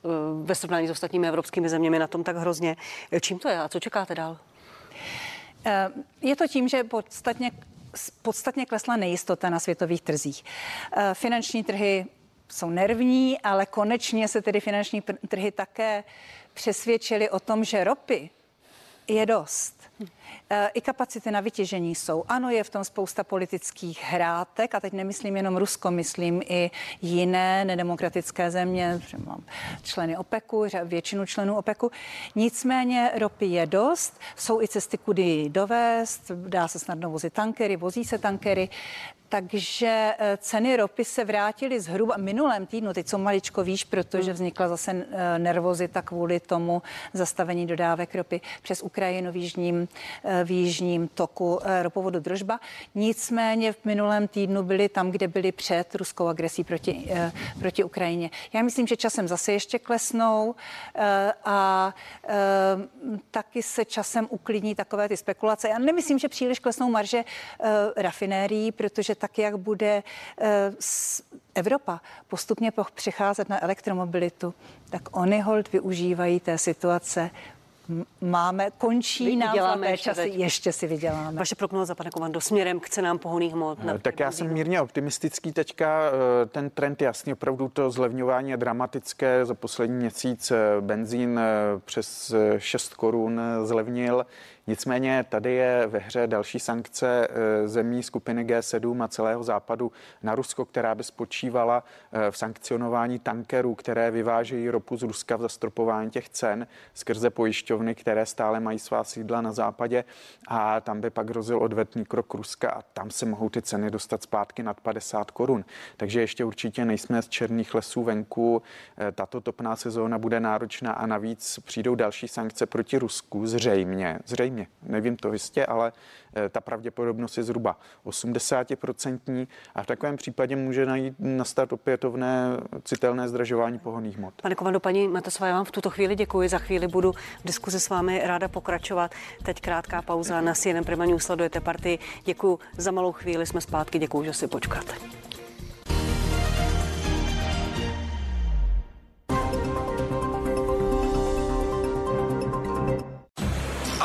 ve srovnání s ostatními evropskými zeměmi na tom tak hrozně. Čím to je a co čekáte dál? Je to tím, že podstatně, podstatně klesla nejistota na světových trzích. Finanční trhy jsou nervní, ale konečně se tedy finanční trhy také přesvědčily o tom, že ropy je dost. I kapacity na vytěžení jsou. Ano, je v tom spousta politických hrátek a teď nemyslím jenom Rusko, myslím i jiné nedemokratické země, členy OPECu, většinu členů OPECu. Nicméně ropy je dost, jsou i cesty, kudy ji dovést, dá se snadno vozit tankery, vozí se tankery. Takže ceny ropy se vrátily zhruba minulém týdnu, teď jsou maličko výš, protože vznikla zase nervozita kvůli tomu zastavení dodávek ropy přes Ukrajinu v jižním, v jižním toku ropovodu Družba. Nicméně v minulém týdnu byly tam, kde byly před ruskou agresí proti, proti Ukrajině. Já myslím, že časem zase ještě klesnou a taky se časem uklidní takové ty spekulace. Já nemyslím, že příliš klesnou marže rafinérií, protože tak, jak bude Evropa postupně přecházet na elektromobilitu, tak oni hold využívají té situace. Máme, končí nám zlaté časy, teď. Ještě si vyděláme. Vaše prognóza, pane Kovando, směrem k cenám pohonných hmot? Tak já jsem mírně optimistický teďka. Ten trend jasně, opravdu to zlevňování je dramatické. Za poslední měsíc benzín přes šest korun zlevnil. Nicméně tady je ve hře další sankce zemí skupiny G sedm a celého západu na Rusko, která by spočívala v sankcionování tankerů, které vyvážejí ropu z Ruska, v zastropování těch cen skrze pojišťovny, které stále mají svá sídla na západě, a tam by pak hrozil odvetný krok Ruska a tam se mohou ty ceny dostat zpátky nad padesát korun. Takže ještě určitě nejsme z černých lesů venku. Tato topná sezóna bude náročná a navíc přijdou další sankce proti Rusku zřejmě. Zřejmě. Nevím to jistě, ale ta pravděpodobnost je zhruba osmdesát procent a v takovém případě může najít, nastat opětovné citelné zdražování pohonných hmot. Pane Kovando, paní Matesová, já vám v tuto chvíli děkuji. Za chvíli budu v diskuzi s vámi ráda pokračovat. Teď krátká pauza na C N N Prima News, sledujete Partii. Děkuji, za malou chvíli jsme zpátky. Děkuji, že si počkáte.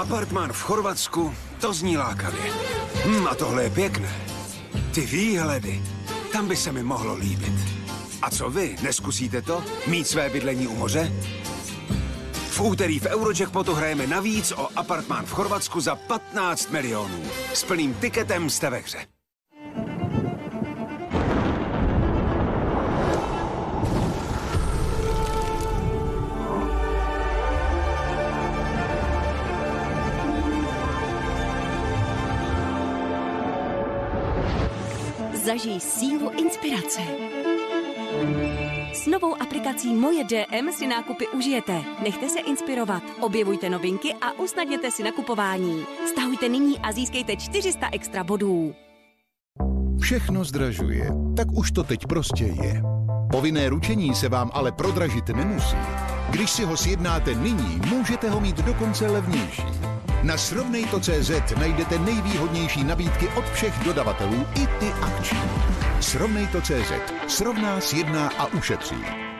Apartmán v Chorvatsku, to zní lákavě. Hm, a tohle je pěkné. Ty výhledy, tam by se mi mohlo líbit. A co vy, neskusíte to? Mít své bydlení u moře? V úterý v Eurojackpotu hrajeme navíc o apartmán v Chorvatsku za patnáct milionů. S plným tiketem jste ve hře. Zažij sílu inspirace. S novou aplikací Moje D M si nákupy užijete. Nechte se inspirovat, objevujte novinky a usnadněte si nakupování. Stahujte nyní a získejte čtyři sta extra bodů. Všechno zdražuje, tak už to teď prostě je. Povinné ručení se vám ale prodražit nemusí. Když si ho sjednáte nyní, můžete ho mít dokonce levnější. Na srovnej to tečka cé zet najdete nejvýhodnější nabídky od všech dodavatelů, i ty akční. srovnej to tečka cé zet. Srovná, sjedná a ušetří.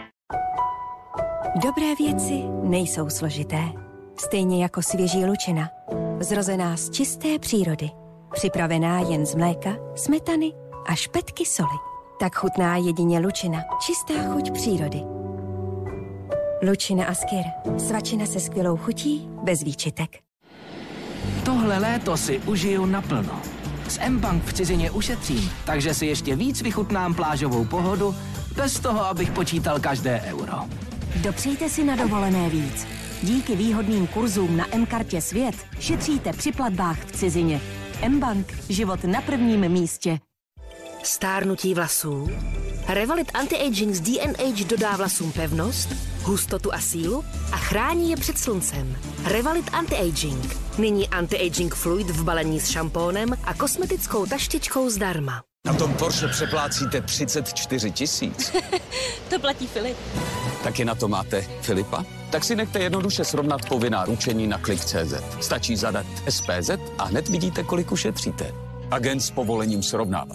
Dobré věci nejsou složité. Stejně jako svěží lučina. Zrozená z čisté přírody. Připravená jen z mléka, smetany a špetky soli. Tak chutná jedině lučina. Čistá chuť přírody. Lučina a skyr. Svačina se skvělou chutí, bez výčitek. Tohle léto si užiju naplno. S mBank v cizině ušetřím, takže si ještě víc vychutnám plážovou pohodu, bez toho, abych počítal každé euro. Dopřejte si na dovolené víc. Díky výhodným kurzům na mKartě Svět šetříte při platbách v cizině. mBank. Život na prvním místě. Stárnutí vlasů? Revalit Anti-Aging z D N H dodá vlasům pevnost, hustotu a sílu a chrání je před sluncem. Revalit Anti-Aging. Nyní Anti-Aging Fluid v balení s šampónem a kosmetickou taštičkou zdarma. Na tom Porsche přeplácíte třicet čtyři tisíc. To platí Filip. Taky na to máte Filipa? Tak si nechte jednoduše srovnat povinná ručení na klik tečka cé zet. Stačí zadat S P Z a hned vidíte, kolik ušetříte. Agent s povolením srovnávat.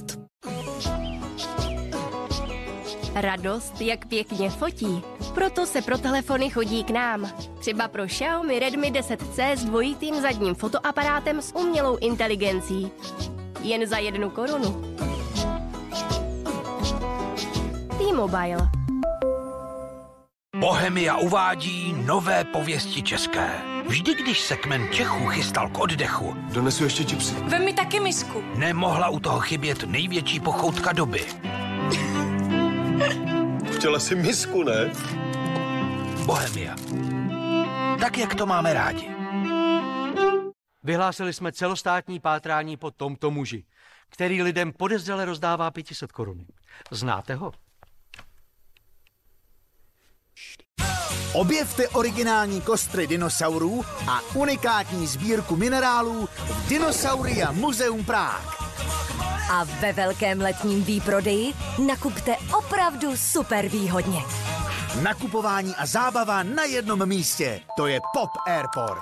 Radost, jak pěkně fotí. Proto se pro telefony chodí k nám. Třeba pro Xiaomi Redmi deset C s dvojitým zadním fotoaparátem s umělou inteligencí. Jen za jednu korunu. T-Mobile. Bohemia uvádí nové pověsti české. Vždy, když se kmen Čechů chystal k oddechu, donesu ještě čipsy. Vem mi taky misku. Nemohla u toho chybět největší pochoutka doby. Chtěla si misku, ne? Bohemia. Tak, jak to máme rádi. Vyhlásili jsme celostátní pátrání po tomto muži, který lidem podezřele rozdává pět set korun. Znáte ho? Objevte originální kostry dinosaurů a unikátní sbírku minerálů v Dinosauria Muzeum Prague. A ve velkém letním výprodeji nakupte opravdu super výhodně. Nakupování a zábava na jednom místě. To je Pop Airport.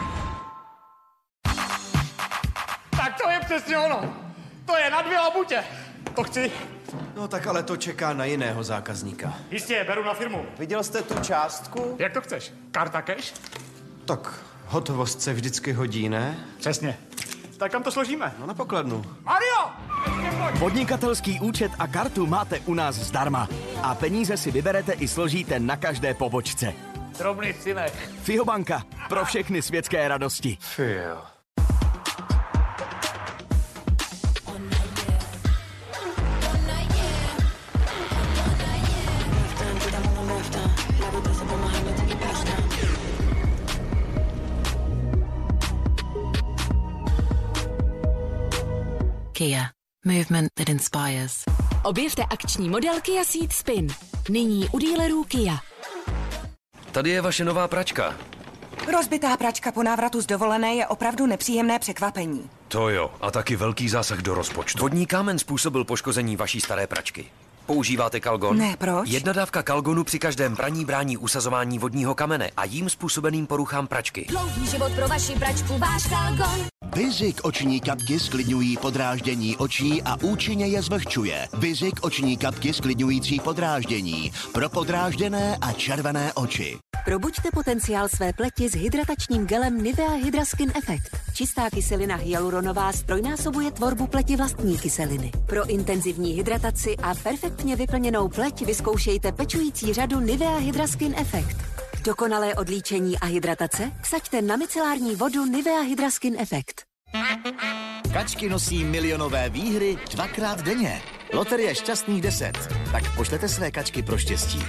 Tak to je přesně ono. To je na dvě labutě. To chci. No tak ale to čeká na jiného zákazníka. Jistě, beru na firmu. Viděl jste tu částku? Jak to chceš? Karta cash? Tak hotovost se vždycky hodí, ne? Přesně. Tak kam to složíme? No na pokladnu. Mario! Podnikatelský účet a kartu máte u nás zdarma. A peníze si vyberete i složíte na každé pobočce. Drobný synek. Fihobanka. Pro všechny světské radosti. Fio. Kia. Movement that inspires. Objevte akční model Kia Ceed Spin. Nyní u dílerů Kia. Tady je vaše nová pračka. Rozbitá pračka po návratu z dovolené je opravdu nepříjemné překvapení. To jo, a taky velký zásah do rozpočtu. Vodní kámen způsobil poškození vaší staré pračky. Používáte kalgon? Ne, proč? Jedna dávka kalgonu při každém praní brání usazování vodního kamene a jím způsobeným poruchám pračky. Dlouhý život pro vaši pračku, váš kalgon. Vizik oční kapky sklidňují podráždění očí a účinně je zvlhčuje. Vizik oční kapky sklidňující podráždění pro podrážděné a červené oči. Probuďte potenciál své pleti s hydratačním gelem Nivea Hydra Skin Effect. Čistá kyselina hyaluronová strojnásobuje tvorbu pleti vlastní kyseliny. Pro intenzivní hydrataci a perfektně vyplněnou pleť vyzkoušejte pečující řadu Nivea Hydra Skin Effect. Dokonalé odlíčení a hydratace vsaďte na micelární vodu Nivea Hydra Skin Effect. Kačky nosí milionové výhry dvakrát denně. Loterie šťastných deset. Tak pošlete své kačky pro štěstí.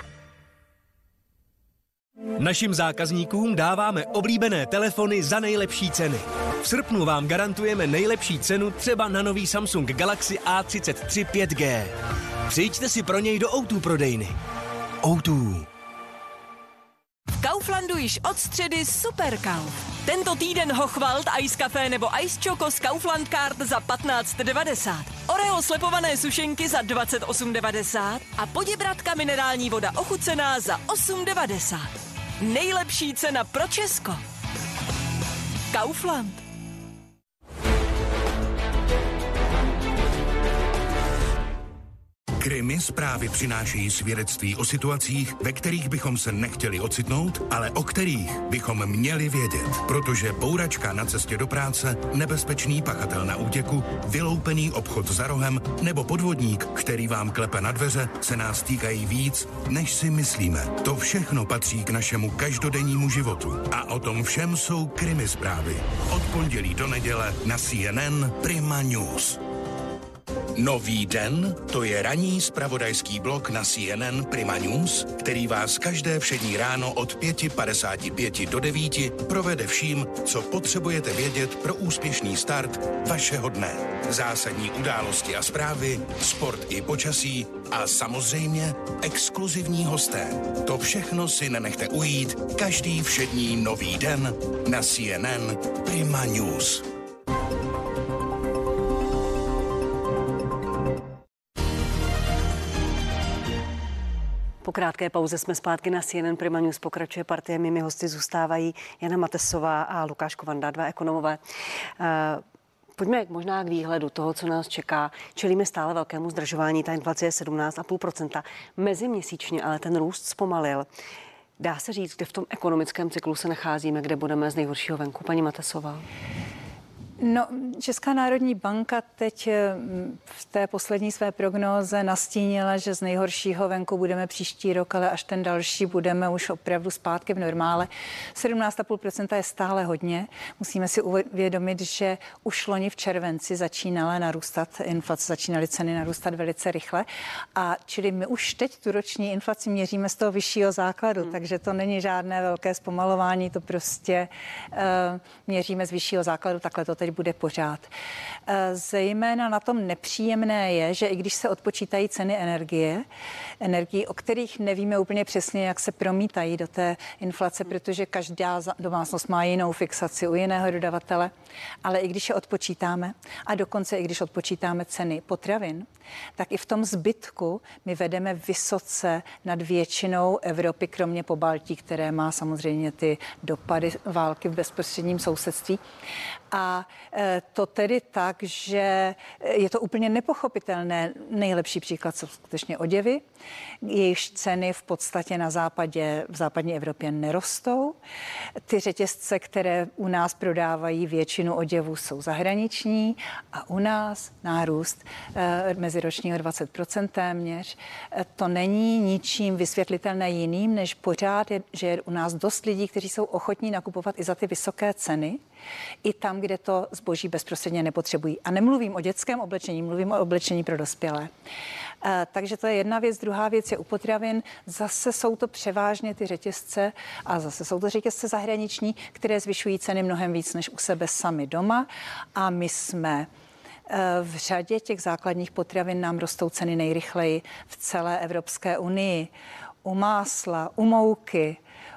Našim zákazníkům dáváme oblíbené telefony za nejlepší ceny. V srpnu vám garantujeme nejlepší cenu třeba na nový Samsung Galaxy A třicet tři pět G. Přijďte si pro něj do ó dva prodejny. ó dva. V Kauflandu již od středy Super Kauf. Tento týden Hochwald, Ice Café nebo Ice Choco z Kaufland Card za patnáct devadesát. Oreo slepované sušenky za dvacet osm devadesát a Poděbradka minerální voda ochucená za osm devadesát. Nejlepší cena pro Česko. Kaufland. Krimi zprávy přinášejí svědectví o situacích, ve kterých bychom se nechtěli ocitnout, ale o kterých bychom měli vědět. Protože bouračka na cestě do práce, nebezpečný pachatel na útěku, vyloupený obchod za rohem nebo podvodník, který vám klepe na dveře, se nás týkají víc, než si myslíme. To všechno patří k našemu každodennímu životu. A o tom všem jsou krimi zprávy. Od pondělí do neděle na C N N Prima News. Nový den, to je ranní zpravodajský blok na C N N Prima News, který vás každé všední ráno od pět padesát pět do devíti provede vším, co potřebujete vědět pro úspěšný start vašeho dne. Zásadní události a zprávy, sport i počasí a samozřejmě exkluzivní hosté. To všechno si nenechte ujít každý všední nový den na C N N Prima News. Po krátké pauze jsme zpátky na C N N Prima News. Pokračuje partie. Mými hosty zůstávají Jana Matesová a Lukáš Kovanda, dva ekonomové. Pojďme možná k výhledu toho, co nás čeká. Čelíme stále velkému zdražování. Ta inflace je sedmnáct celá pět procenta meziměsíčně, ale ten růst zpomalil. Dá se říct, kde v tom ekonomickém cyklu se nacházíme, kde budeme z nejhoršího venku? Paní Matesová. No, Česká národní banka teď v té poslední své prognóze nastínila, že z nejhoršího venku budeme příští rok, ale až ten další budeme už opravdu zpátky v normále. sedmnáct celá pět procenta je stále hodně. Musíme si uvědomit, že už loni v červenci začínaly narůstat inflace, začínaly ceny narůstat velice rychle. A čili my už teď tu roční inflaci měříme z toho vyššího základu, hmm. takže to není žádné velké zpomalování, to prostě uh, měříme z vyššího základu, takhle to teď bude pořád. Zejména na tom nepříjemné je, že i když se odpočítají ceny energie, energií, o kterých nevíme úplně přesně, jak se promítají do té inflace, protože každá domácnost má jinou fixaci u jiného dodavatele, ale i když je odpočítáme a dokonce i když odpočítáme ceny potravin, tak i v tom zbytku my vedeme vysoce nad většinou Evropy, kromě Pobaltí, které má samozřejmě ty dopady války v bezprostředním sousedství. A to tedy tak, že je to úplně nepochopitelné. Nejlepší příklad jsou skutečně oděvy. Jejichž ceny v podstatě na západě, v západní Evropě nerostou. Ty řetězce, které u nás prodávají většinu oděvů, jsou zahraniční a u nás nárůst eh, meziročního dvacet procent téměř. To není ničím vysvětlitelné jiným, než pořád, je, že je u nás dost lidí, kteří jsou ochotní nakupovat i za ty vysoké ceny, i tam, kde to zboží bezprostředně nepotřebují. A nemluvím o dětském oblečení, mluvím o oblečení pro dospělé. E, takže to je jedna věc. Druhá věc je u potravin. Zase jsou to převážně ty řetězce a zase jsou to řetězce zahraniční, které zvyšují ceny mnohem víc než u sebe sami doma. A my jsme v řadě těch základních potravin nám rostou ceny nejrychleji v celé Evropské unii. U másla, u mouky,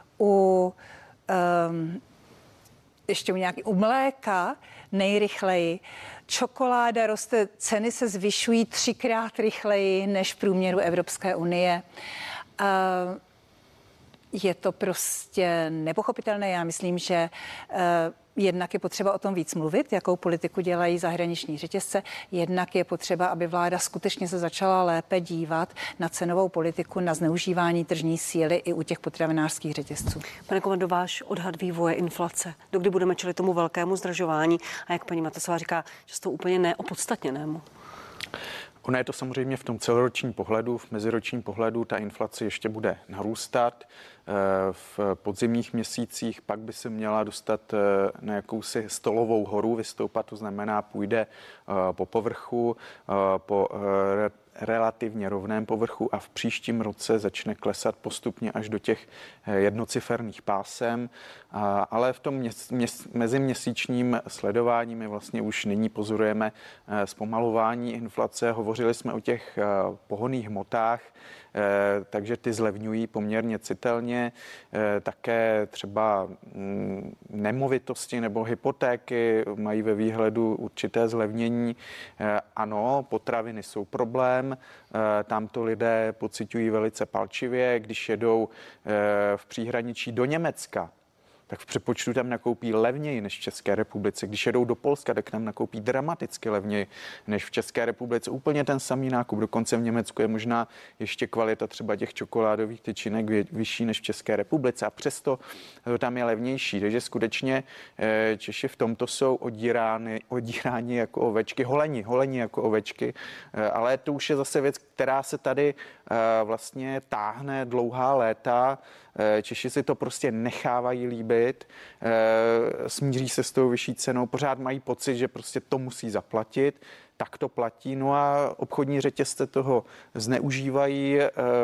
u um, ještě u nějaký, u mléka nejrychleji. Čokoláda roste, ceny se zvyšují třikrát rychleji než v průměru Evropské unie. Uh, je to prostě nepochopitelné. Já myslím, že uh, jednak je potřeba o tom víc mluvit, jakou politiku dělají zahraniční řetězce, jednak je potřeba, aby vláda skutečně se začala lépe dívat na cenovou politiku, na zneužívání tržní síly i u těch potravinářských řetězců. Pane Kovando, váš odhad vývoje inflace, dokdy budeme čelit tomu velkému zdražování a jak paní Matesová říká, často úplně neopodstatněnému? Ono je to samozřejmě v tom celoročním pohledu, v meziročním pohledu ta inflace ještě bude narůstat. V podzimních měsících pak by se měla dostat na jakousi stolovou horu, vystoupat, to znamená půjde po povrchu, po relativně rovném povrchu a v příštím roce začne klesat postupně až do těch jednociferných pásem, ale v tom měs, měs, meziměsíčním sledování my vlastně už nyní pozorujeme zpomalování inflace. Hovořili jsme o těch pohonných hmotách, takže ty zlevňují poměrně citelně. Také třeba nemovitosti nebo hypotéky mají ve výhledu určité zlevnění. Ano, potraviny jsou problém, tam to lidé pociťují velice palčivě, když jedou v příhraničí do Německa, tak v přepočtu tam nakoupí levněji než v České republice. Když jedou do Polska, tak tam nakoupí dramaticky levněji než v České republice. Úplně ten samý nákup. Dokonce v Německu je možná ještě kvalita třeba těch čokoládových tyčinek vyšší než v České republice a přesto to tam je levnější. Takže skutečně Češi v tomto jsou odírány, odíráni jako ovečky, holeni, holeni jako ovečky, ale to už je zase věc, která se tady vlastně táhne dlouhá léta. Češi si to prostě nechávají líbit, smíří se s tou vyšší cenou, pořád mají pocit, že prostě to musí zaplatit, tak to platí. No a obchodní řetězce toho zneužívají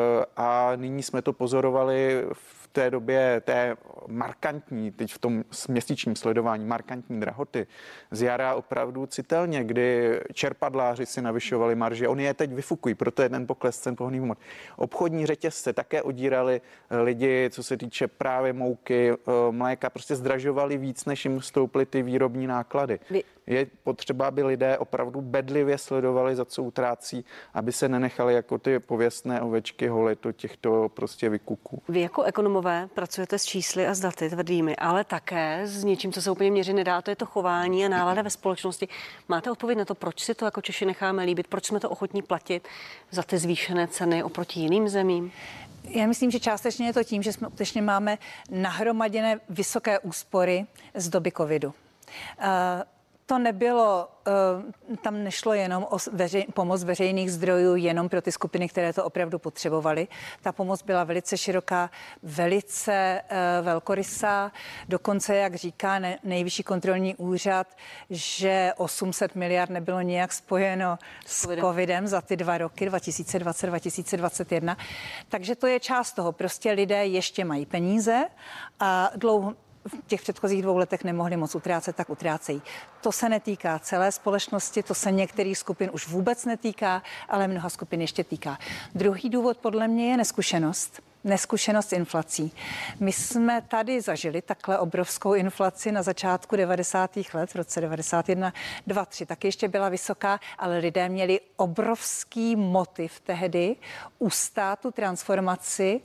a nyní jsme to pozorovali v té době té markantní, teď v tom měsíčním sledování markantní drahoty z jara opravdu citelně, kdy čerpadláři si navyšovali marže. Oni je teď vyfukují, proto je ten pokles cen pohonných hmot. Obchodní řetězce také odírali lidi, co se týče právě mouky, mléka, prostě zdražovali víc, než jim stouply ty výrobní náklady. Vy... Je potřeba, aby lidé opravdu bedlivě sledovali, za co utrácí, aby se nenechali jako ty pověstné ovečky holit do těchto prostě vykuků. Vy jako ekonomové pracujete s čísly a s daty tvrdými, ale také s něčím, co se úplně měřit nedá, to je to chování a nálada ve společnosti. Máte odpověď na to, proč si to jako Češi necháme líbit, proč jsme to ochotní platit za ty zvýšené ceny oproti jiným zemím? Já myslím, že částečně je to tím, že jsme skutečně máme nahromaděné vysoké úspory z doby covidu. Uh, To nebylo, tam nešlo jenom o veřej, pomoc veřejných zdrojů jenom pro ty skupiny, které to opravdu potřebovaly. Ta pomoc byla velice široká, velice velkorysá. Dokonce, jak říká nejvyšší kontrolní úřad, že osm set miliard nebylo nijak spojeno s covidem za ty dva roky, dva tisíce dvacet dva tisíce dvacet jedna. Takže to je část toho. Prostě lidé ještě mají peníze a dlouho v těch předchozích dvou letech nemohli moc utrácet, tak utrácejí. To se netýká celé společnosti, to se některých skupin už vůbec netýká, ale mnoha skupin ještě týká. Druhý důvod podle mě je neskušenost. Neskušenost s inflací. My jsme tady zažili takhle obrovskou inflaci na začátku devadesátých let, v roce devadesát jedna, dva, tři, taky ještě byla vysoká, ale lidé měli obrovský motiv tehdy ustát tu transformaci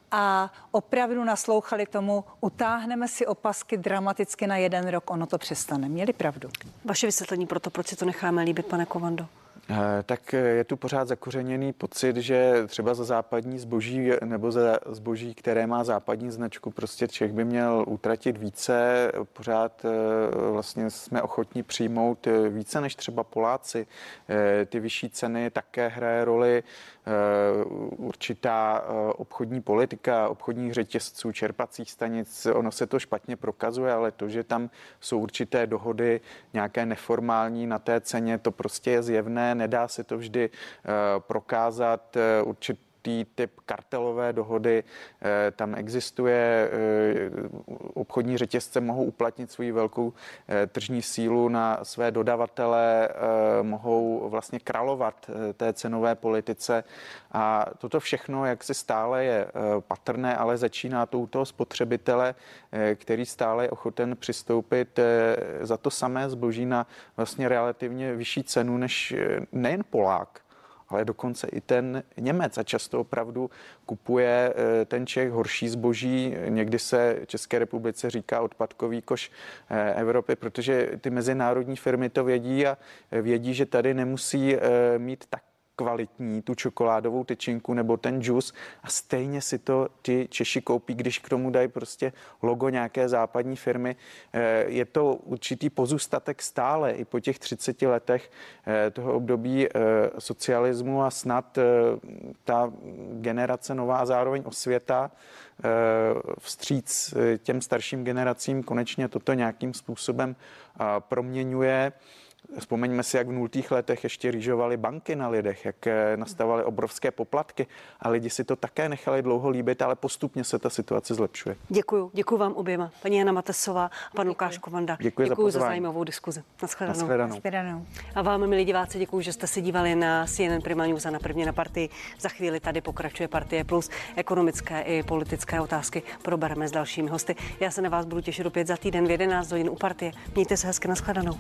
a opravdu naslouchali tomu, utáhneme si opasky dramaticky na jeden rok, ono to přestane. Měli pravdu. Vaše vysvětlení pro to, proč si to necháme líbit, pane Kovando? Tak je tu pořád zakořeněný pocit, že třeba za západní zboží nebo za zboží, které má západní značku, prostě Čech by měl utratit více. Pořád vlastně jsme ochotní přijmout více než třeba Poláci. Ty vyšší ceny také hraje roli určitá obchodní politika, obchodních řetězců, čerpacích stanic. Ono se to špatně prokazuje, ale to, že tam jsou určité dohody, nějaké neformální na té ceně, to prostě je zjevné. Nedá se to vždy uh, prokázat. Uh, určitý typ kartelové dohody uh, tam existuje. Uh, obchodní řetězce mohou uplatnit svoji velkou uh, tržní sílu na své dodavatele, uh, mohou vlastně královat uh, té cenové politice. A toto všechno, jak se stále je uh, patrné, ale začíná to u toho spotřebitele, uh, který stále je ochoten přistoupit uh, za to samé zboží na vlastně relativně vyšší cenu než nejen Polák, ale dokonce i ten Němec a často opravdu kupuje ten Čech horší zboží. Někdy se České republice říká odpadkový koš Evropy, protože ty mezinárodní firmy to vědí a vědí, že tady nemusí mít tak kvalitní tu čokoládovou tyčinku nebo ten džus a stejně si to ty Češi koupí, když k tomu dají prostě logo nějaké západní firmy. Je to určitý pozůstatek stále i po těch třiceti letech toho období socialismu a snad ta generace nová, zároveň osvěta vstříc těm starším generacím konečně toto nějakým způsobem proměňuje. Vzpomeňme si, jak v nultých letech ještě rýžovaly banky na lidech, jak nastavaly obrovské poplatky a lidi si to také nechali dlouho líbit, ale postupně se ta situace zlepšuje. Děkuju, děkuju vám oběma, paní Jana Matesová a pan Lukáš Kovanda. Děkuji, děkuju za, za zajímavou diskuzi. Naschledanou. Naschledanou. Naschledanou. A vám, milí diváci, děkuju, že jste se dívali na C N N Prima News a na Prvně na Partii. Za chvíli tady pokračuje Partie Plus. Ekonomické i politické otázky probereme s dalšími hosty. Já se na vás budu těšit opět za týden v jedenáct hodin u Partie. Mějte se hezky, naschledanou.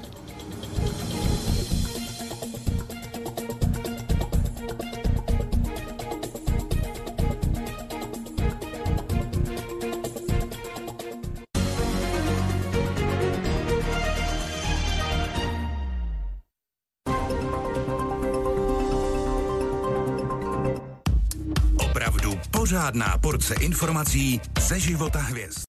Pořádná porce informací ze života hvězd.